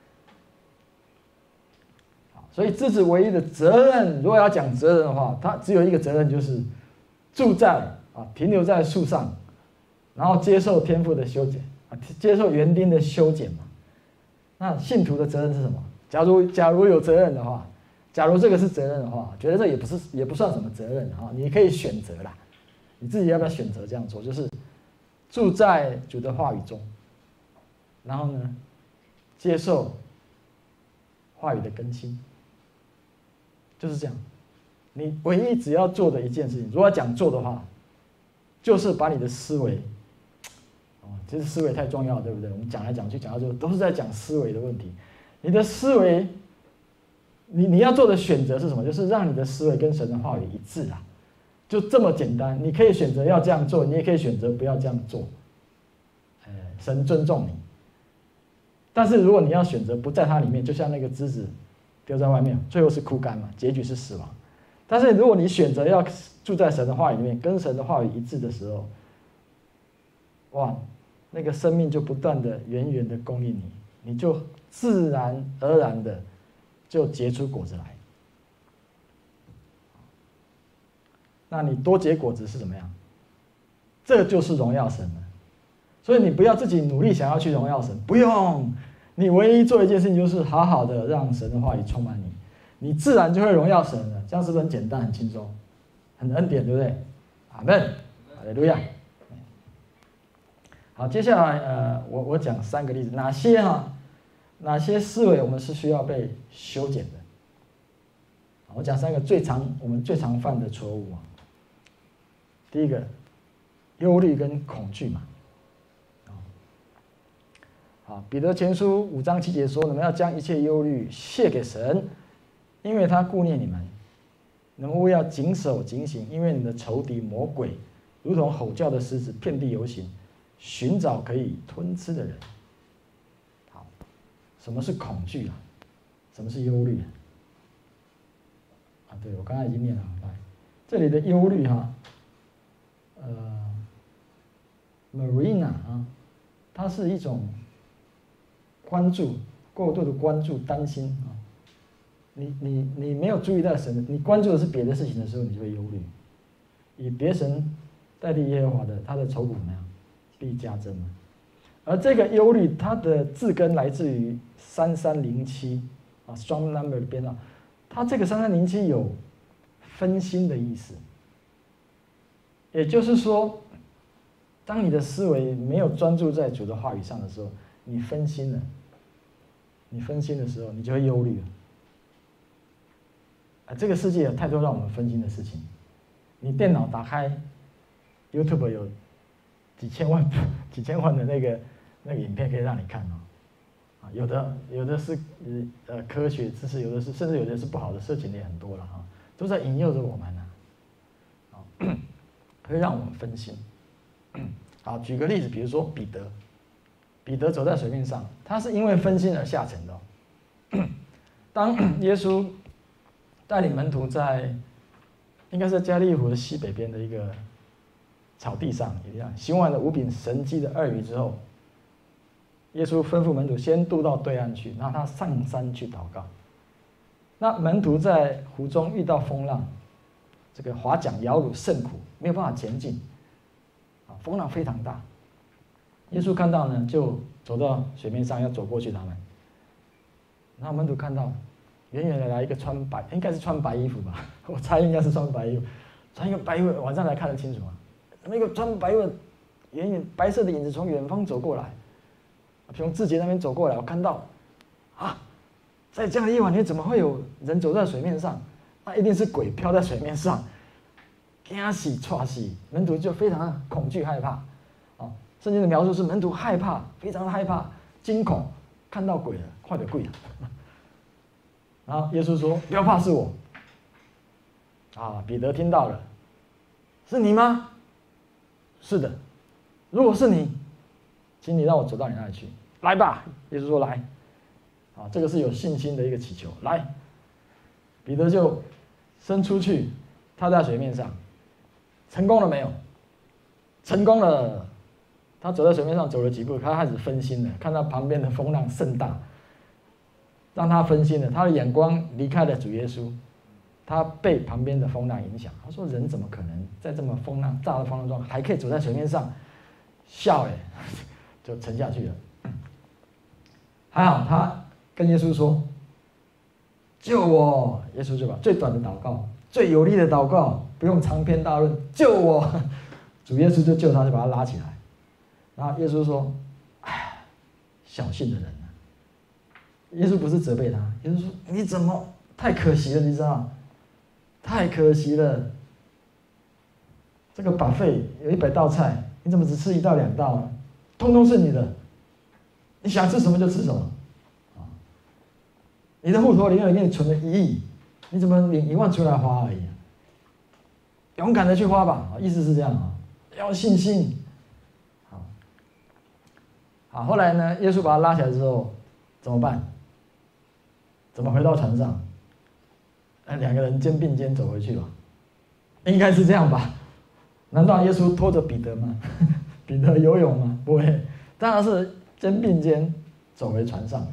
所以枝子唯一的责任，如果要讲责任的话，它只有一个责任，就是住在停留在树上。然后接受天父的修剪啊，接受园丁的修剪嘛。那信徒的责任是什么？假如有责任的话，假如这个是责任的话，觉得这也不算什么责任啊，你可以选择啦，你自己要不要选择这样做？就是住在主的话语中，然后呢，接受话语的更新，就是这样。你唯一只要做的一件事情，如果要讲做的话，就是把你的思维。其实思维太重要了，对不对？我们讲来讲去讲到最后都是在讲思维的问题。你的思维，你要做的选择是什么？就是让你的思维跟神的话语一致啊，就这么简单。你可以选择要这样做，你也可以选择不要这样做。神尊重你。但是如果你要选择不在它里面，就像那个枝子丢在外面，最后是枯干嘛，结局是死亡。但是如果你选择要住在神的话语里面，跟神的话语一致的时候，哇！那个生命就不断的源源的供应你，你就自然而然的就结出果子来。那你多结果子是怎么样？这就是荣耀神了。所以你不要自己努力想要去荣耀神，不用，你唯一做一件事情就是好好的让神的话语充满你，你自然就会荣耀神了。这样是不是很简单、很轻松、很恩典，对不对？阿们，哈利路亚。好，接下来我讲3个例子，哪些思维我们是需要被修剪的？我讲3个我们最常犯的错误啊。第一个，忧虑跟恐惧嘛。好，彼得前书5章7节说，你们要将一切忧虑卸给神，因为他顾念你们。你们务要谨守警醒，因为你的仇敌魔鬼如同吼叫的狮子，遍地游行，寻找可以吞吃的人。好，什么是恐惧啊？什么是忧虑啊？对，我刚才已经念了，来，这里的忧虑Marina 啊，它是一种关注，过度的关注、担心啊。你没有注意到神，你关注的是别的事情的时候，你就会忧虑。以别神代替耶和华的，他的愁苦怎么样？必加增嘛。而这个忧虑，它的字根来自于3307啊 ，Strong Number 的编号。它这个3307有分心的意思，也就是说，当你的思维没有专注在主的话语上的时候，你分心了。你分心的时候，你就会忧虑了。这个世界有太多让我们分心的事情。你电脑打开 YouTube 有几千万的那个影片可以让你看有的是科学知识，有的是甚至有的是不好的，色情的也很多了哈，都在引诱着我们呢，会让我们分心。好，举个例子，比如说彼得走在水面上，他是因为分心而下沉的哦。当耶稣带领门徒应该是加利利湖的西北边的一个草地上，一样行完了5饼神迹的2鱼之后，耶稣吩咐门徒先渡到对岸去，让他上山去祷告。那门徒在湖中遇到风浪，这个划桨摇橹甚苦，没有办法前进，风浪非常大。耶稣看到呢，就走到水面上要走过去他们。然后门徒看到，远远的来一个应该是穿白衣服吧，我猜应该是穿白衣服，穿一个白衣服，晚上才看得清楚啊。那个穿白衣服，远远白色的影子从远方走过来，从志杰那边走过来，我看到，在这样的夜晚里怎么会有人走在水面上？那一定是鬼飘在水面上，惊死踹死，门徒就非常的恐惧害怕。圣经的描述是门徒害怕，非常的害怕，惊恐，看到鬼了，快点跪了。然后耶稣说：“不要怕，是我。”彼得听到了，是你吗？是的，如果是你，请你让我走到你那里去。来吧，耶稣说来。这个是有信心的一个祈求。来，彼得就伸出去，踏在水面上，成功了没有？成功了。他走在水面上走了几步，他开始分心了，看到旁边的风浪甚大，让他分心了，他的眼光离开了主耶稣，他被旁边的风浪影响。他说：“人怎么可能在这么大的风浪中还可以走在水面上？笑就沉下去了。还好他跟耶稣说：“救我！”耶稣就把最短的祷告、最有力的祷告，不用长篇大论，救我！主耶稣就救他，就把他拉起来。然后耶稣说：“哎，小信的人啊！”耶稣不是责备他，耶稣说：“你怎么太可惜了？你知道，太可惜了。这个buffet有100道菜，你怎么只吃1道2道呢？通通是你的，你想吃什么就吃什么。你的户头里面给你存了1亿，你怎么领1万出来花而已？勇敢的去花吧。”意思是这样啊，要信心。后来呢，耶稣把他拉起来之后，怎么办？怎么回到船上？2个人肩并肩走回去吧，应该是这样吧？难道耶稣拖着彼得吗？彼得游泳吗？不会，当然是肩并肩走回船上了。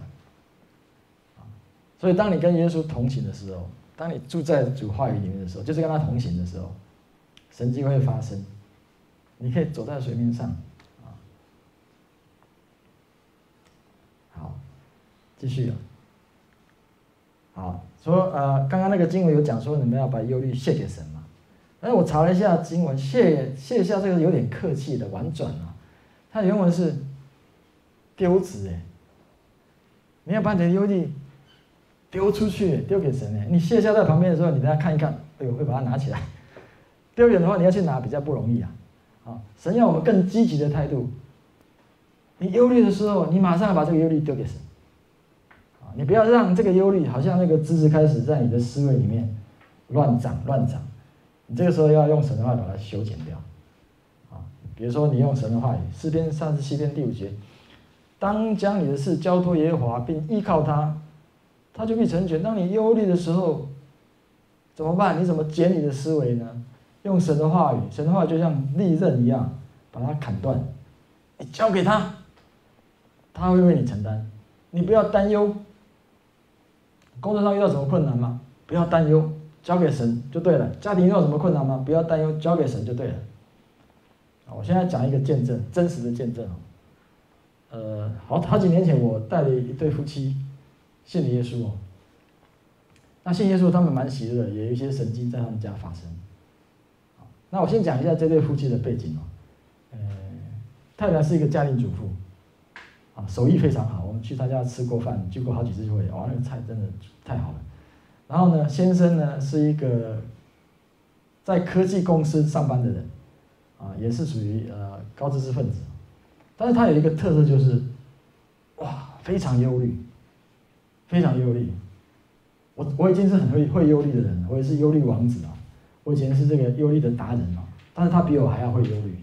所以，当你跟耶稣同行的时候，当你住在主话语里面的时候，就是跟他同行的时候，神迹会发生。你可以走在水面上。好，继续。好，说刚刚那个经文有讲说你们要把忧虑卸给神嘛？但是我查了一下经文，卸下这个有点客气的婉转啊，它的原文是丢纸你要把你的忧虑丢出去，丢给神你卸下在旁边的时候，你等下看一看，会把它拿起来。丢远的话，你要去拿比较不容易啊。神要我们更积极的态度。你忧虑的时候，你马上把这个忧虑丢给神。你不要让这个忧虑好像那个枝子开始在你的思维里面乱长。你这个时候要用神的话把它修剪掉。比如说你用神的话语，诗篇37篇第5节，当将你的事交托耶和华，并依靠他，他就必成全。当你忧虑的时候，怎么办？你怎么剪你的思维呢？用神的话语，神的话语就像利刃一样，把它砍断。你交给他，他会为你承担。你不要担忧。工作上遇到什么困难吗？不要担忧，交给神就对了。家庭遇到什么困难吗？不要担忧，交给神就对了。我现在讲一个见证，真实的见证好几年前我带了一对夫妻信了耶稣那信耶稣他们蛮喜乐的，也有一些神迹在他们家发生。那我先讲一下这对夫妻的背景太太是一个家庭主妇。手艺非常好，我们去他家吃过饭，聚过好几次会，那个菜真的太好了。然后呢，先生呢是一个在科技公司上班的人，也是属于高知识分子，但是他有一个特色就是， 非常忧虑，非常忧虑。我已经是很会忧虑的人了，我也是忧虑王子啊，我以前是这个忧虑的达人啊，但是他比我还要会忧虑，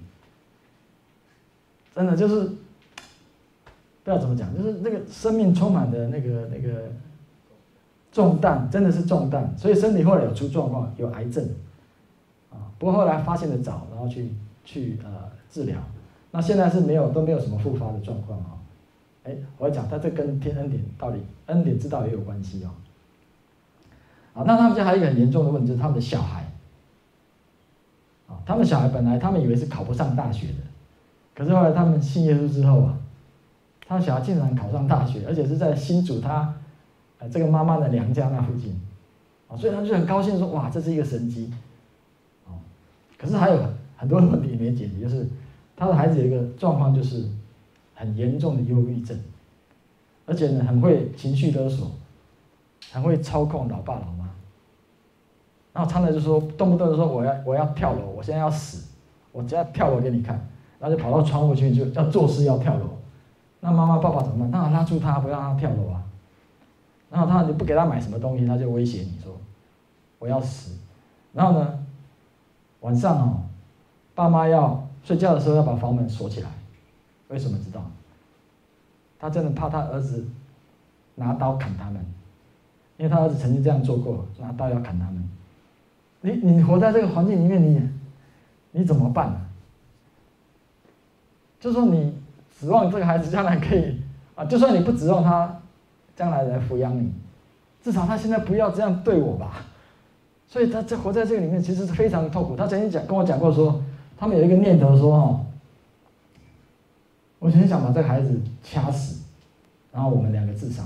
真的就是不知道怎么讲，就是那个生命充满的那个重担，真的是重担，所以身体后来有出状况，有癌症啊，不过后来发现的早，然后去治疗，那现在是都没有什么复发的状况啊。我要讲，它这跟天恩典道理、恩典之道也有关系哦。好，那他们家还有一个很严重的问题，就是他们的小孩。他们小孩本来他们以为是考不上大学的，可是后来他们信耶稣之后啊，他们小孩竟然考上大学，而且是在新竹这个妈妈的娘家那附近，所以他们就很高兴说：哇，这是一个神迹。可是还有很多问题没解决，就是他的孩子有一个状况，就是很严重的忧郁症，而且呢很会情绪勒索，很会操控老爸老妈。然后常常就说，动不动就说我要跳楼，我现在要死，我现在跳楼给你看，然后就跑到窗户去，就要做事要跳楼。那妈妈爸爸怎么办？当然拉住他，不让他跳楼啊。然后你不给他买什么东西，他就威胁你说我要死。然后呢，晚上爸妈要睡觉的时候要把房门锁起来，为什么知道？他真的怕他儿子拿刀砍他们，因为他儿子曾经这样做过，拿刀要砍他们。你活在这个环境里面，你怎么办呢？就说你指望这个孩子将来可以就算你不指望他将来来抚养你，至少他现在不要这样对我吧。所以他活在这个里面，其实是非常痛苦。他曾经跟我讲过说，他们有一个念头说我很想把这个孩子掐死，然后我们两个自杀。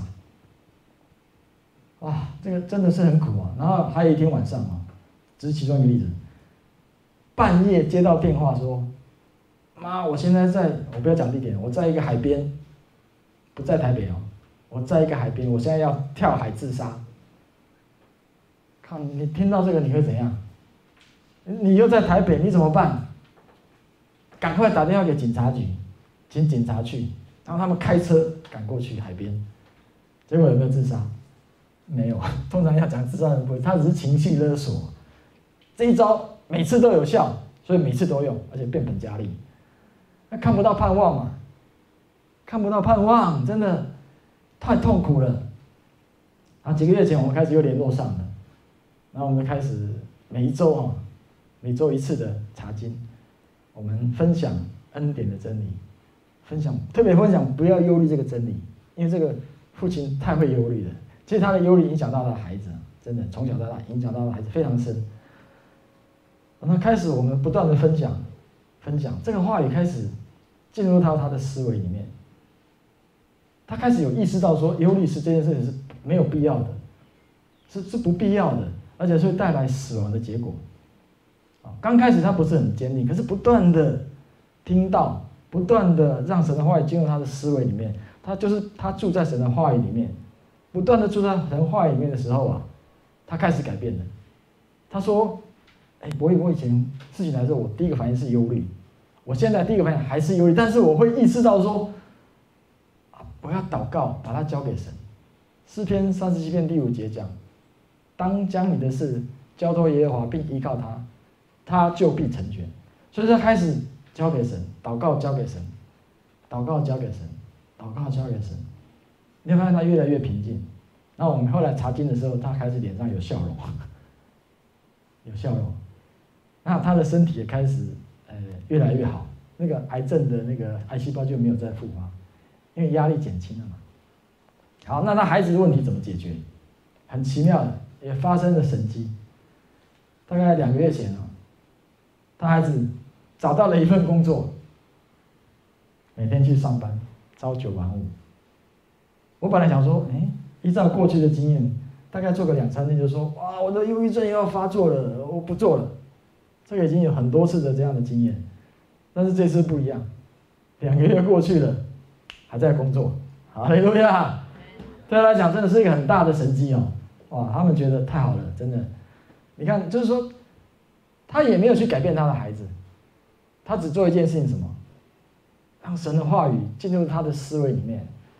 哇，这个真的是很苦啊。然后还有一天晚上只是其中一个例子，半夜接到电话说，妈，我现在我不要讲地点，我在一个海边，不在台北我在一个海边，我现在要跳海自杀。看你听到这个你会怎样？你又在台北，你怎么办？赶快打电话给警察局，请警察去，然后他们开车赶过去海边。结果有没有自杀？没有，通常要讲自杀的不会，他只是情绪勒索。这一招每次都有效，所以每次都用，而且变本加厉。那看不到盼望嘛？看不到盼望，真的太痛苦了。然后几个月前我们开始又联络上了，然后我们开始每周一次的查经，我们分享恩典的真理，特别分享不要忧虑这个真理，因为这个父亲太会忧虑了。其实他的忧虑影响到他的孩子，真的从小到大影响到他的孩子非常深。那开始我们不断的分享这个话语开始进入到他的思维里面，他开始有意识到说，忧虑这件事情是没有必要的，是不必要的，而且是会带来死亡的结果。刚开始他不是很坚定，可是不断的听到，不断的让神的话语进入他的思维里面，他住在神的话语里面，不断的住在神的话语里面的时候他开始改变了。他说，我以前事情来说，我第一个反应是忧虑，我现在第一个反应还是忧虑，但是我会意识到说，我要祷告，把它交给神。诗篇37篇第5节讲，当将你的事交托耶和华，并依靠他，他就必成全。所以他开始交给神，祷告交给神，祷告交给神，祷告交给神。你会发现他越来越平静。然后我们后来查经的时候，他开始脸上有笑容，有笑容。那他的身体也开始越来越好，那个癌症的那个癌细胞就没有再复发，因为压力减轻了嘛。好，那他孩子的问题怎么解决？很奇妙的，也发生了神迹。大概2个月前他孩子找到了一份工作，每天去上班，朝9晚5。我本来想说，依照过去的经验，大概做个2-3天就说，哇，我的忧郁症又要发作了，我不做了。这个已经有很多次的这样的经验，但是这次不一样，2个月过去了，还在工作，哈利路亚！对他来讲，真的是一个很大的神迹哇，他们觉得太好了，真的。你看，就是说，他也没有去改变他的孩子，他只做一件事情，什么？让神的话语进入他的思维里面，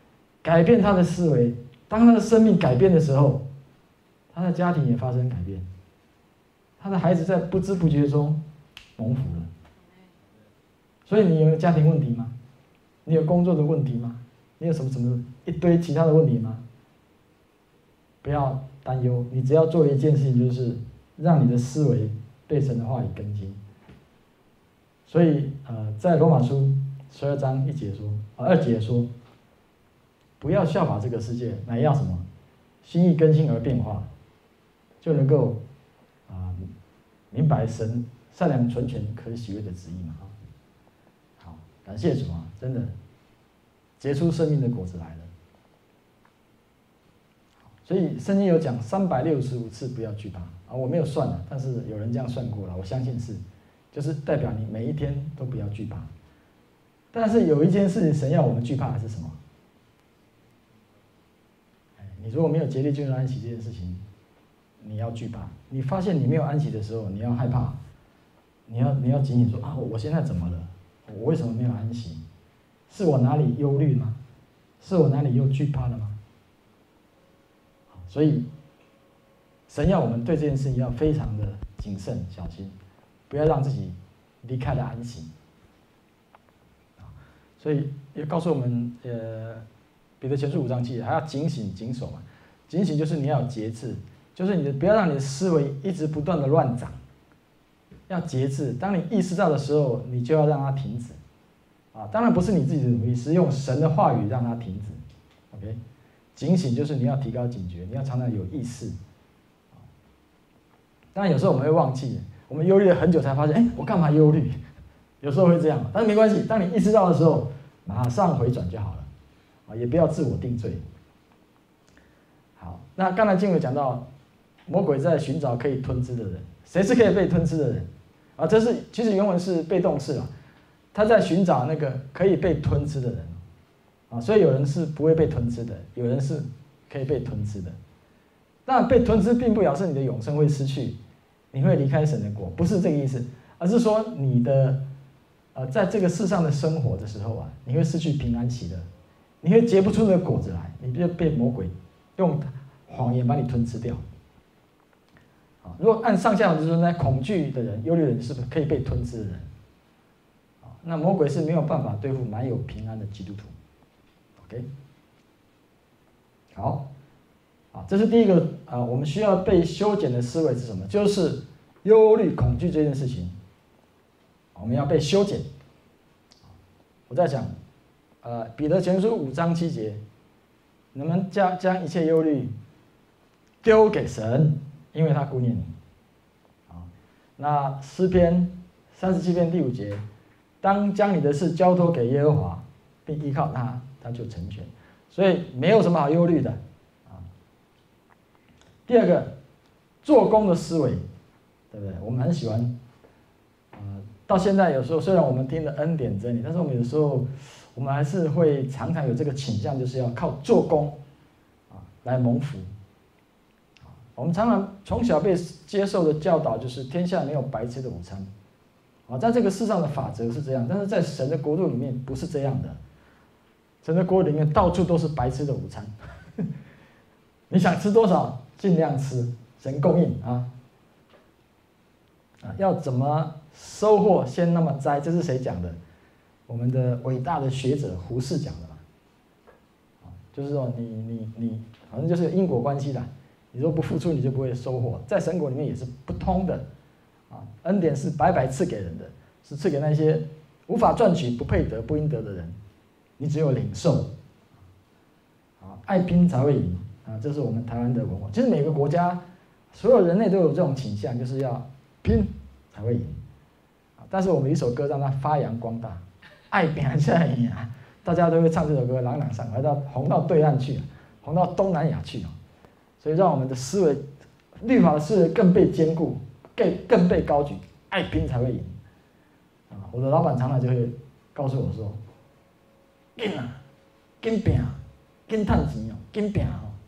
改变他的思维。当他的生命改变的时候，他的家庭也发生改变，他的孩子在不知不觉中蒙福了。所以你有家庭问题吗？你有工作的问题吗？你有什么一堆其他的问题吗？不要担忧，你只要做一件事情，就是让你的思维被神的话语更新。所以在罗马书12章2节说，不要效法这个世界，乃要什么？心意更新而变化，就能够明白神善良、纯全、可喜悦的旨意嘛。好，感谢主啊！真的，结出生命的果子来了。所以圣经有讲365次不要惧怕啊，我没有算了，但是有人这样算过了，我相信是，就是代表你每一天都不要惧怕。但是有一件事情，神要我们惧怕的是什么？你如果没有竭力进入安息这件事情，你要惧怕。你发现你没有安息的时候，你要害怕，你要警醒说啊，我现在怎么了？我为什么没有安息？是我哪里忧虑吗？是我哪里又惧怕了吗？所以，神要我们对这件事情要非常的谨慎小心，不要让自己离开了安息。所以也告诉我们，彼得前书5章7节，还要警醒谨守嘛。警醒就是你要有节制，就是你不要让你的思维一直不断的乱长，要节制。当你意识到的时候，你就要让它停止。当然不是你自己的努力，是用神的话语让它停止。OK。警醒就是你要提高警觉，你要常常有意识。当然有时候我们会忘记，我们忧虑了很久才发现，我干嘛忧虑？有时候会这样，但是没关系，当你意识到的时候，马上回转就好了，也不要自我定罪。好，那刚才经文讲到，魔鬼在寻找可以吞吃的人，谁是可以被吞吃的人？这是其实原文是被动式，他在寻找那个可以被吞吃的人。所以有人是不会被吞吃的，有人是可以被吞吃的。当然，被吞吃并不表示你的永生会失去，你会离开神的国，不是这个意思，而是说你的在这个世上的生活的时候你会失去平安喜乐，你会结不出那个果子来，你就被魔鬼用谎言把你吞吃掉。如果按上下文就是说，那恐惧的人、忧虑的人是不是可以被吞吃的人？那魔鬼是没有办法对付满有平安的基督徒。OK， 好，这是第一个我们需要被修剪的思维是什么？就是忧虑、恐惧这件事情，我们要被修剪。我在讲，彼得前书5章7节，你们将一切忧虑丢给神，因为他顾念你。那诗篇37篇第5节，当将你的事交托给耶和华，并依靠他，他就成全。所以没有什么好忧虑的。第二个，做工的思维，对不对？我们很喜欢，到现在有时候虽然我们听了恩典真理，但是我们有时候我们还是会常常有这个倾向，就是要靠做工来蒙福。我们常常从小被接受的教导就是天下没有白吃的午餐。在这个世上的法则是这样，但是在神的国度里面不是这样的。神的国里面到处都是白吃的午餐，你想吃多少尽量吃，神供应要怎么收获先那么栽，这是谁讲的？我们的伟大的学者胡适讲的嘛。就是说你好像就是因果关系的，你若不付出你就不会收获，在神国里面也是不通的。恩典是白白赐给人的，是赐给那些无法赚取、不配得、不应得的人。你只有领受，爱拼才会赢这是我们台湾的文化。其实每个国家，所有人类都有这种倾向，就是要拼才会赢。但是我们一首歌让它发扬光大，爱拼才会赢大家都会唱这首歌，朗朗上口，红到对岸去，红到东南亚去所以让我们的思维，律法的思维更被坚固，更被高举，爱拼才会赢。我的老板常常就会告诉我说。紧拼，紧赚钱紧拼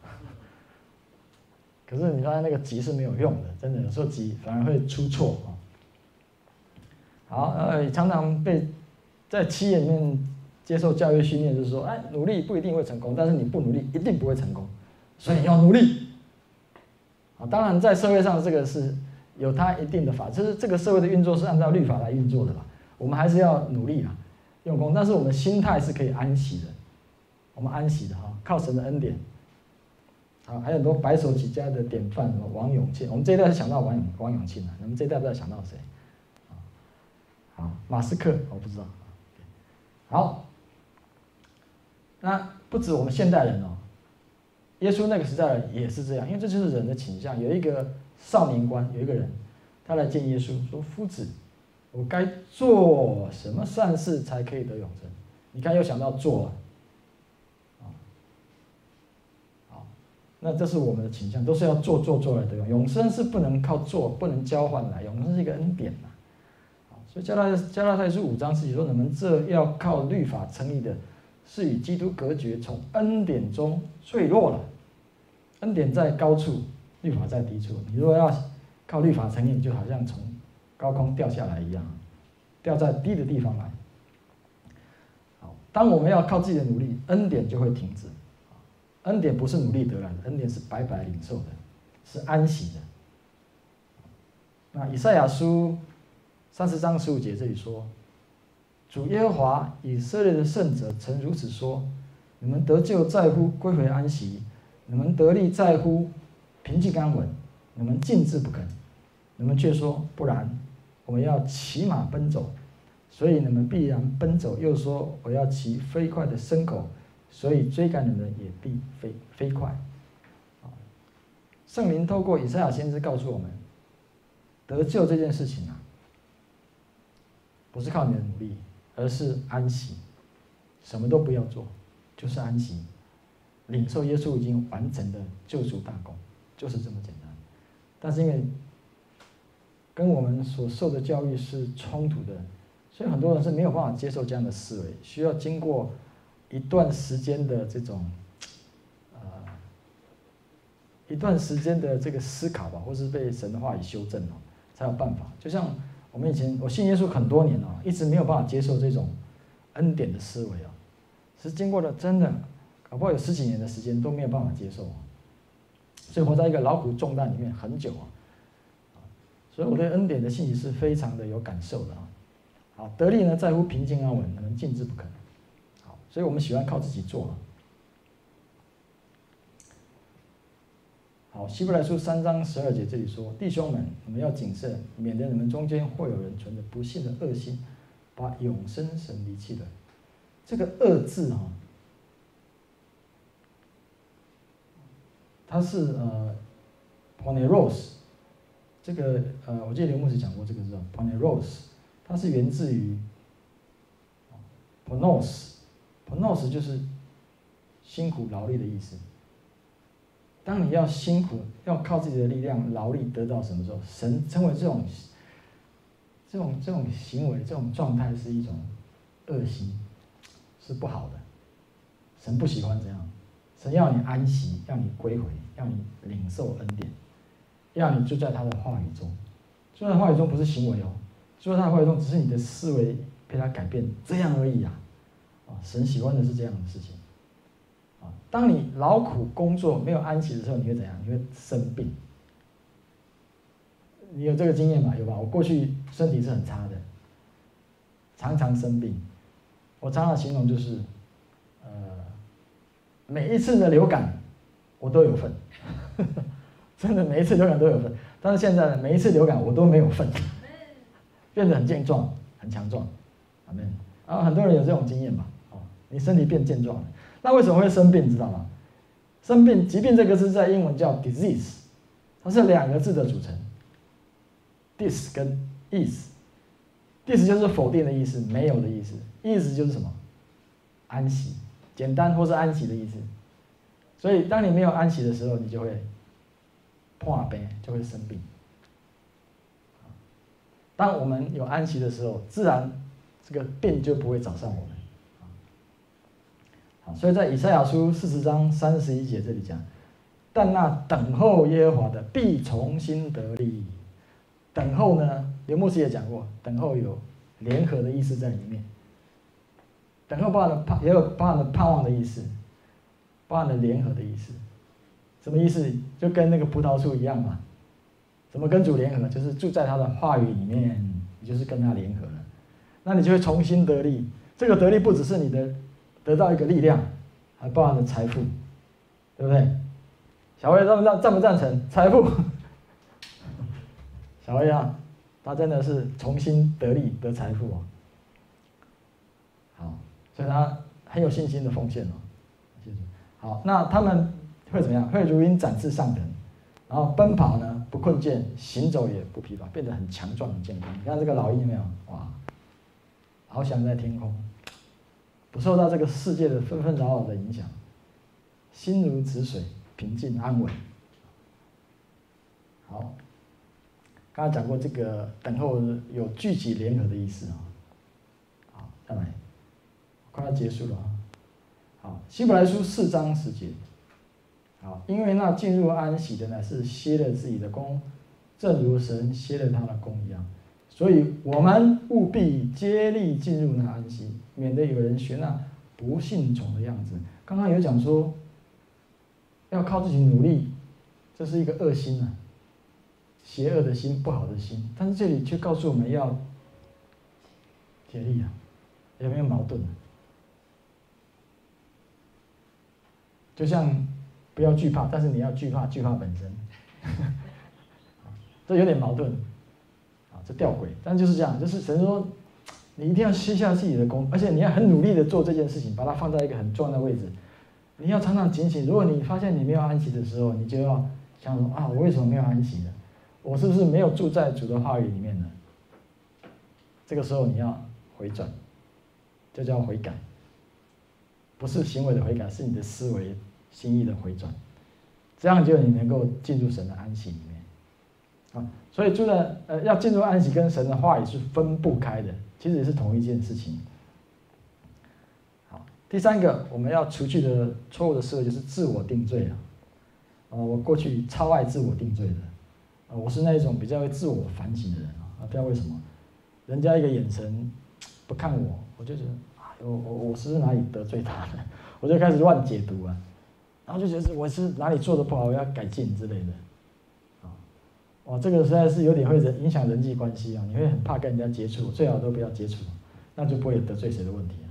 可是你发现那个急是没有用的，真的有时候急反而会出错好，常常被在企业里面接受教育训练，就是说，哎，努力不一定会成功，但是你不努力一定不会成功，所以要努力。啊，当然在社会上这个是有它一定的法，就是这个社会的运作是按照律法来运作的啦。我们还是要努力啦，用功，但是我们心态是可以安息的，我们安息的哈，靠神的恩典。好，还有很多白手起家的典范，什么王永庆，我们这一代是想到王永庆啊，你们这一代不知道想到谁？好，马斯克我不知道。好，那不止我们现代人哦，耶稣那个时代的人也是这样，因为这就是人的倾向。有一个少年官，有一个人，他来见耶稣，说：“夫子，我该做什么善事才可以得永生？”你看，又想到做了。那这是我们的倾向，都是要做来的。永生是不能靠做，不能交换来，永生是一个恩典呐。所以加拉太书5章10节说：“你们这要靠律法成立的，是与基督隔绝，从恩典中坠落了。恩典在高处，律法在低处。你如果要靠律法成立，就好像从高空掉下来一样，掉在低的地方来。好，当我们要靠自己的努力，恩典就会停止。恩典不是努力得来的，恩典是白白领受的，是安息的。那以赛亚书30章15节这里说：“主耶和华以色列的圣者曾如此说：你们得救在乎归回安息，你们得力在乎平静安稳，你们静置不肯，你们却说不然，我们要骑马奔走，所以你们必然奔走；又说我要骑飞快的牲口，所以追赶你们也必飞快。”圣灵透过以赛亚先知告诉我们，得救这件事情啊，不是靠你的努力，而是安息，什么都不要做，就是安息，领受耶稣已经完成的救赎大功，就是这么简单。但是因为跟我们所受的教育是冲突的，所以很多人是没有办法接受这样的思维，需要经过一段时间的这种一段时间的这个思考吧，或是被神的话语修正才有办法。就像我们以前，我信耶稣很多年一直没有办法接受这种恩典的思维是经过了真的搞不好有10几年的时间都没有办法接受所以活在一个劳苦重担里面很久所以我对恩典的信息是非常的有感受的好，得力呢在乎平静安稳，能静置不肯。好，所以我们喜欢靠自己做好，希伯来书3章12节这里说：“弟兄们，你们要谨慎，免得你们中间会有人存着不信的恶心，把永生神离弃了。”这个恶字它是poneros， 这个我记得刘牧师讲过这个字poneros， 它是源自于ponos 就是辛苦劳力的意思。当你要辛苦，要靠自己的力量劳力得到什么时候，神称为这种行为、这种状态是一种恶行，是不好的。神不喜欢这样，神要你安息，要你归回，要你领受恩典，要你住在他的话语中。住在话语中不是行为住在他的话语中只是你的思维被他改变，这样而已神喜欢的是这样的事情。当你劳苦工作没有安息的时候，你会怎样？你会生病。你有这个经验吗？有吧？我过去身体是很差的，常常生病。我常常形容就是，每一次的流感我都有份，真的每一次流感都有份。但是现在呢，每一次流感我都没有份，变得很健壮、很强壮。阿们。很多人有这种经验吧？你身体变健壮了。那为什么会生病？知道吗？生病，疾病这个字在英文叫 disease， 它是2个字的组成 ，dis 跟 is。dis 就是否定的意思，没有的意思。is 就是什么？安息，简单或是安息的意思。所以当你没有安息的时候，你就会破病，就会生病。当我们有安息的时候，自然这个病就不会找上我们。所以在以赛亚书40章31节这里讲，但那等候耶和华的必重新得力。等候呢，刘牧师也讲过，等候有联合的意思在里面。 等候也有包含了盼望的意思，包含了联合的意思。什么意思？就跟那个葡萄树一样嘛。怎么跟主联合？就是住在他的话语里面，你就是跟他联合了。那你就会重新得力。这个得力不只是你的得到一个力量，还包含了财富，对不对？小薇赞不赞成财富？小薇啊，他真的是重新得力得财富哦。好，所以他很有信心的奉献哦。好，那他们会怎么样？会如鹰展翅上腾，然后奔跑呢不困倦，行走也不疲乏，变得很强壮很健康。你看这个老鹰有没有？哇，翱翔在天空，不受到这个世界的纷纷扰扰的影响，心如止水，平静安稳。好，刚才讲过这个等候有聚集联合的意思啊。好，再来，快要结束了啊。好，希伯来书4章10节。好，因为那进入安息的乃是歇了自己的功，正如神歇了他的功一样。所以我们务必竭力进入那安息，免得有人学那不信从的样子。刚刚有讲说，要靠自己努力，这是一个恶心啊，邪恶的心，不好的心。但是这里却告诉我们要竭力啊，有没有矛盾？就像不要惧怕，但是你要惧怕本身，这有点矛盾。这吊诡，但就是这样，就是神说，你一定要卸下自己的功，而且你要很努力的做这件事情，把它放在一个很重要的位置。你要常常警醒，如果你发现你没有安息的时候，你就要想说啊，我为什么没有安息呢？我是不是没有住在主的话语里面呢？这个时候你要回转，这叫悔改，不是行为的悔改，是你的思维心意的回转，这样就你能够进入神的安息里面。所以要进入安息跟神的话语是分不开的，其实也是同一件事情。好，第三个我们要除去的错误的思维就是自我定罪啊。我过去超爱自我定罪的，我是那一种比较会自我反省的人啊，不知道为什么，人家一个眼神不看我，我就觉得我是不是哪里得罪他了，我就开始乱解读啊，然后就觉得我是哪里做的不好，我要改进之类的。哇，这个实在是有点会影响人际关系啊！你会很怕跟人家接触，最好都不要接触，那就不会有得罪谁的问题啊。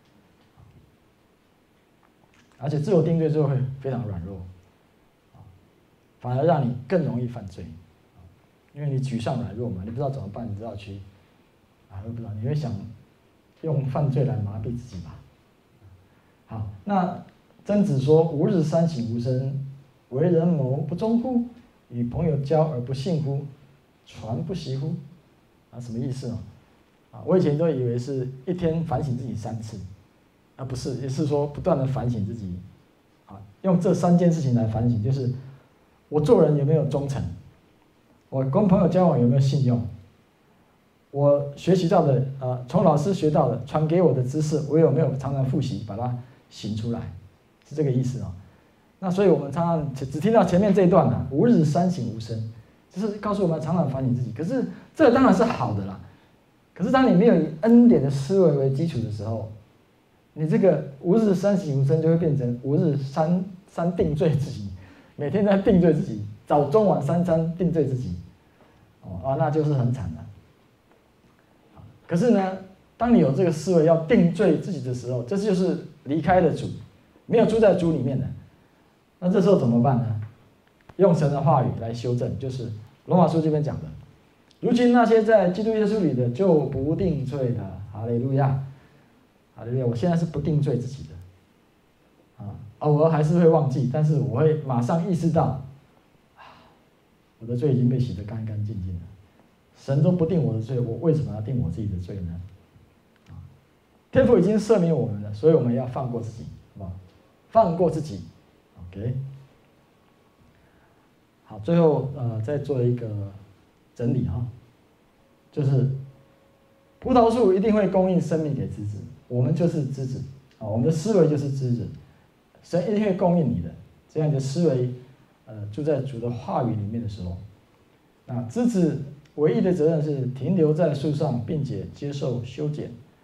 而且自我定罪之后会非常软弱，反而让你更容易犯罪，因为你沮丧软弱嘛，你不知道怎么办，你只好去我不知道，你会想用犯罪来麻痹自己吧？好，那曾子说：“吾日三省吾身，为人谋不忠乎？与朋友交而不信乎？传不习乎？”什么意思呢？我以前都以为是一天反省自己3次，不是，也是说不断的反省自己，用这3件事情来反省，就是我做人有没有忠诚，我跟朋友交往有没有信用，我学习到的从老师学到的传给我的知识，我有没有常常复习，把它行出来，是这个意思哦。那所以我们常常只听到前面这一段啊，吾日三省吾身，就是告诉我们常常反省自己。可是这当然是好的啦。可是当你没有以恩典的思维为基础的时候，你这个吾日三省吾身就会变成吾日三定罪自己，每天在定罪自己，早中晚3餐定罪自己，那就是很惨了。可是呢，当你有这个思维要定罪自己的时候，这就是离开了主，没有住在主里面的。那这时候怎么办呢？用神的话语来修正，就是罗马书这边讲的，如今那些在基督耶稣里的就不定罪了。哈利路亚，哈利路亚！我现在是不定罪自己的，偶尔还是会忘记，但是我会马上意识到，我的罪已经被洗得干干净净了。神都不定我的罪，我为什么要定我自己的罪呢？天父已经赦免我们了，所以我们要放过自己，好不好？放过自己。OK， 好，最后再做一个整理哈，就是葡萄树一定会供应生命给枝子，我们就是枝子我们的思维就是枝子，神一定会供应你的，这样你的思维住在主的话语里面的时候，那枝子唯一的责任是停留在树上，并且接受修剪，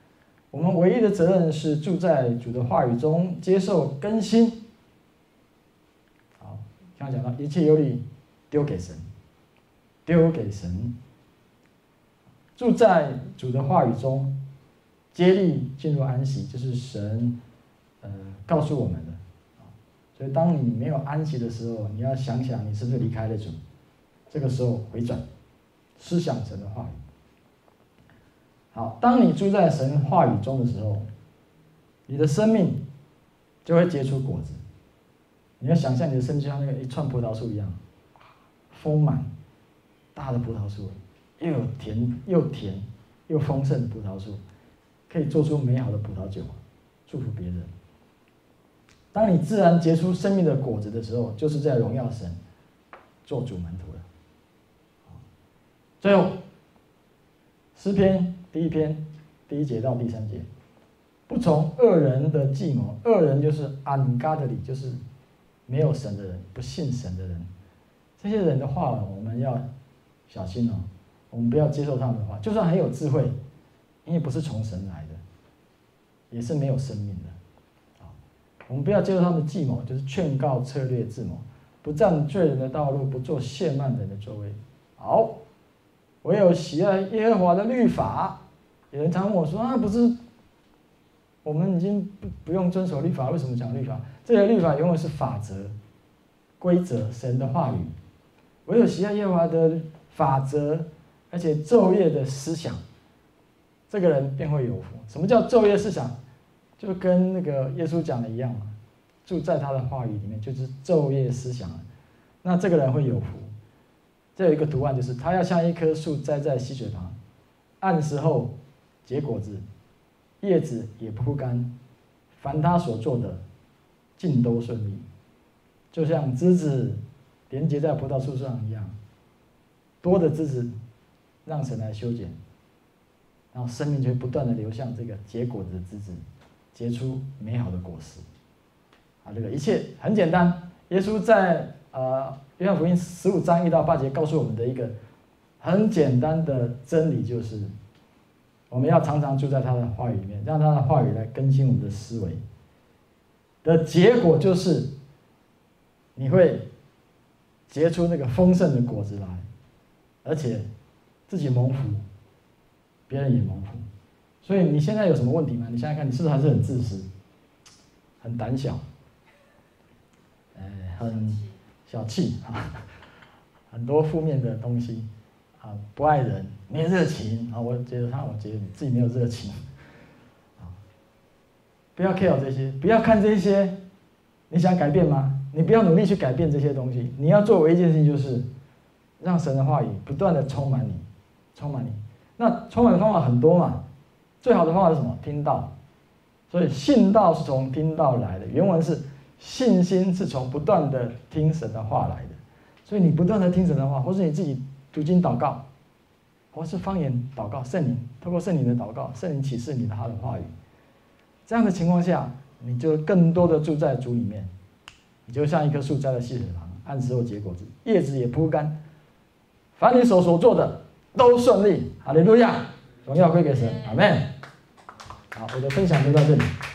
我们唯一的责任是住在主的话语中，接受更新。好，刚刚讲到一切忧虑丢给神，丢给神，住在主的话语中，接力进入安息，就是神告诉我们的。所以当你没有安息的时候，你要想想你是不是离开了主，这个时候回转，思想神的话语。好，当你住在神话语中的时候，你的生命就会结出果子。你要想象你的生命就像那个一串葡萄树一样，丰满大的葡萄树，又甜又丰盛的葡萄树，可以做出美好的葡萄酒，祝福别人。当你自然结出生命的果子的时候，就是在荣耀神，做主门徒了。最后，诗篇第1篇第1节到第3节，不从恶人的计谋，恶人就是 ungodly， 就是没有神的人，不信神的人。这些人的话，我们要小心哦，我们不要接受他们的话，就算很有智慧，因为不是从神来的，也是没有生命的。我们不要接受他们的计谋，就是劝告、策略、智谋，不占罪人的道路，不做亵慢人的座位。好，唯有喜爱耶和华的律法。有人常问我说：“啊，不是，我们已经不用遵守律法，为什么讲律法？这些律法永远是法则、规则，神的话语。唯有喜爱耶和华的法则，而且昼夜的思想，这个人便会有福。什么叫昼夜思想？就跟那个耶稣讲的一样嘛，住在他的话语里面，就是昼夜思想。那这个人会有福。这有一个图案，就是他要像一棵树栽在溪水旁，按时候结果子，叶子也不枯干，凡他所做的尽都顺利，就像枝子连接在葡萄树上一样，多的枝子让神来修剪，然后生命就会不断的流向这个结果子的枝子，结出美好的果实。这个一切很简单。耶稣在约翰福音15章1到8节告诉我们的一个很简单的真理，就是我们要常常住在他的话语里面，让他的话语来更新我们的思维。的结果就是你会结出那个丰盛的果子来，而且自己蒙福，别人也蒙福。所以你现在有什么问题吗？你想想看，你是不是还是很自私、很胆小、很小气啊，很多负面的东西啊，不爱人，没热情啊，我觉得你自己没有热情啊，不要 care 这些，不要看这些。你想改变吗？你不要努力去改变这些东西，你要做唯一一件事情，就是让神的话语不断的充满你，充满你。那充满的方法很多嘛，最好的方法是什么？听道。所以信道是从听道来的，原文是信心是从不断的听神的话来的。所以你不断的听神的话，或是你自己读经祷告，或是方言祷告，圣灵透过圣灵的祷告，圣灵启示你的他的话语。这样的情况下，你就更多的住在主里面，你就像一棵树栽在溪水旁，按时候结果子，叶子也不枯干，凡你手所做的都顺利。哈利路亚，荣耀归给神，阿们。好，我的分享就到这里。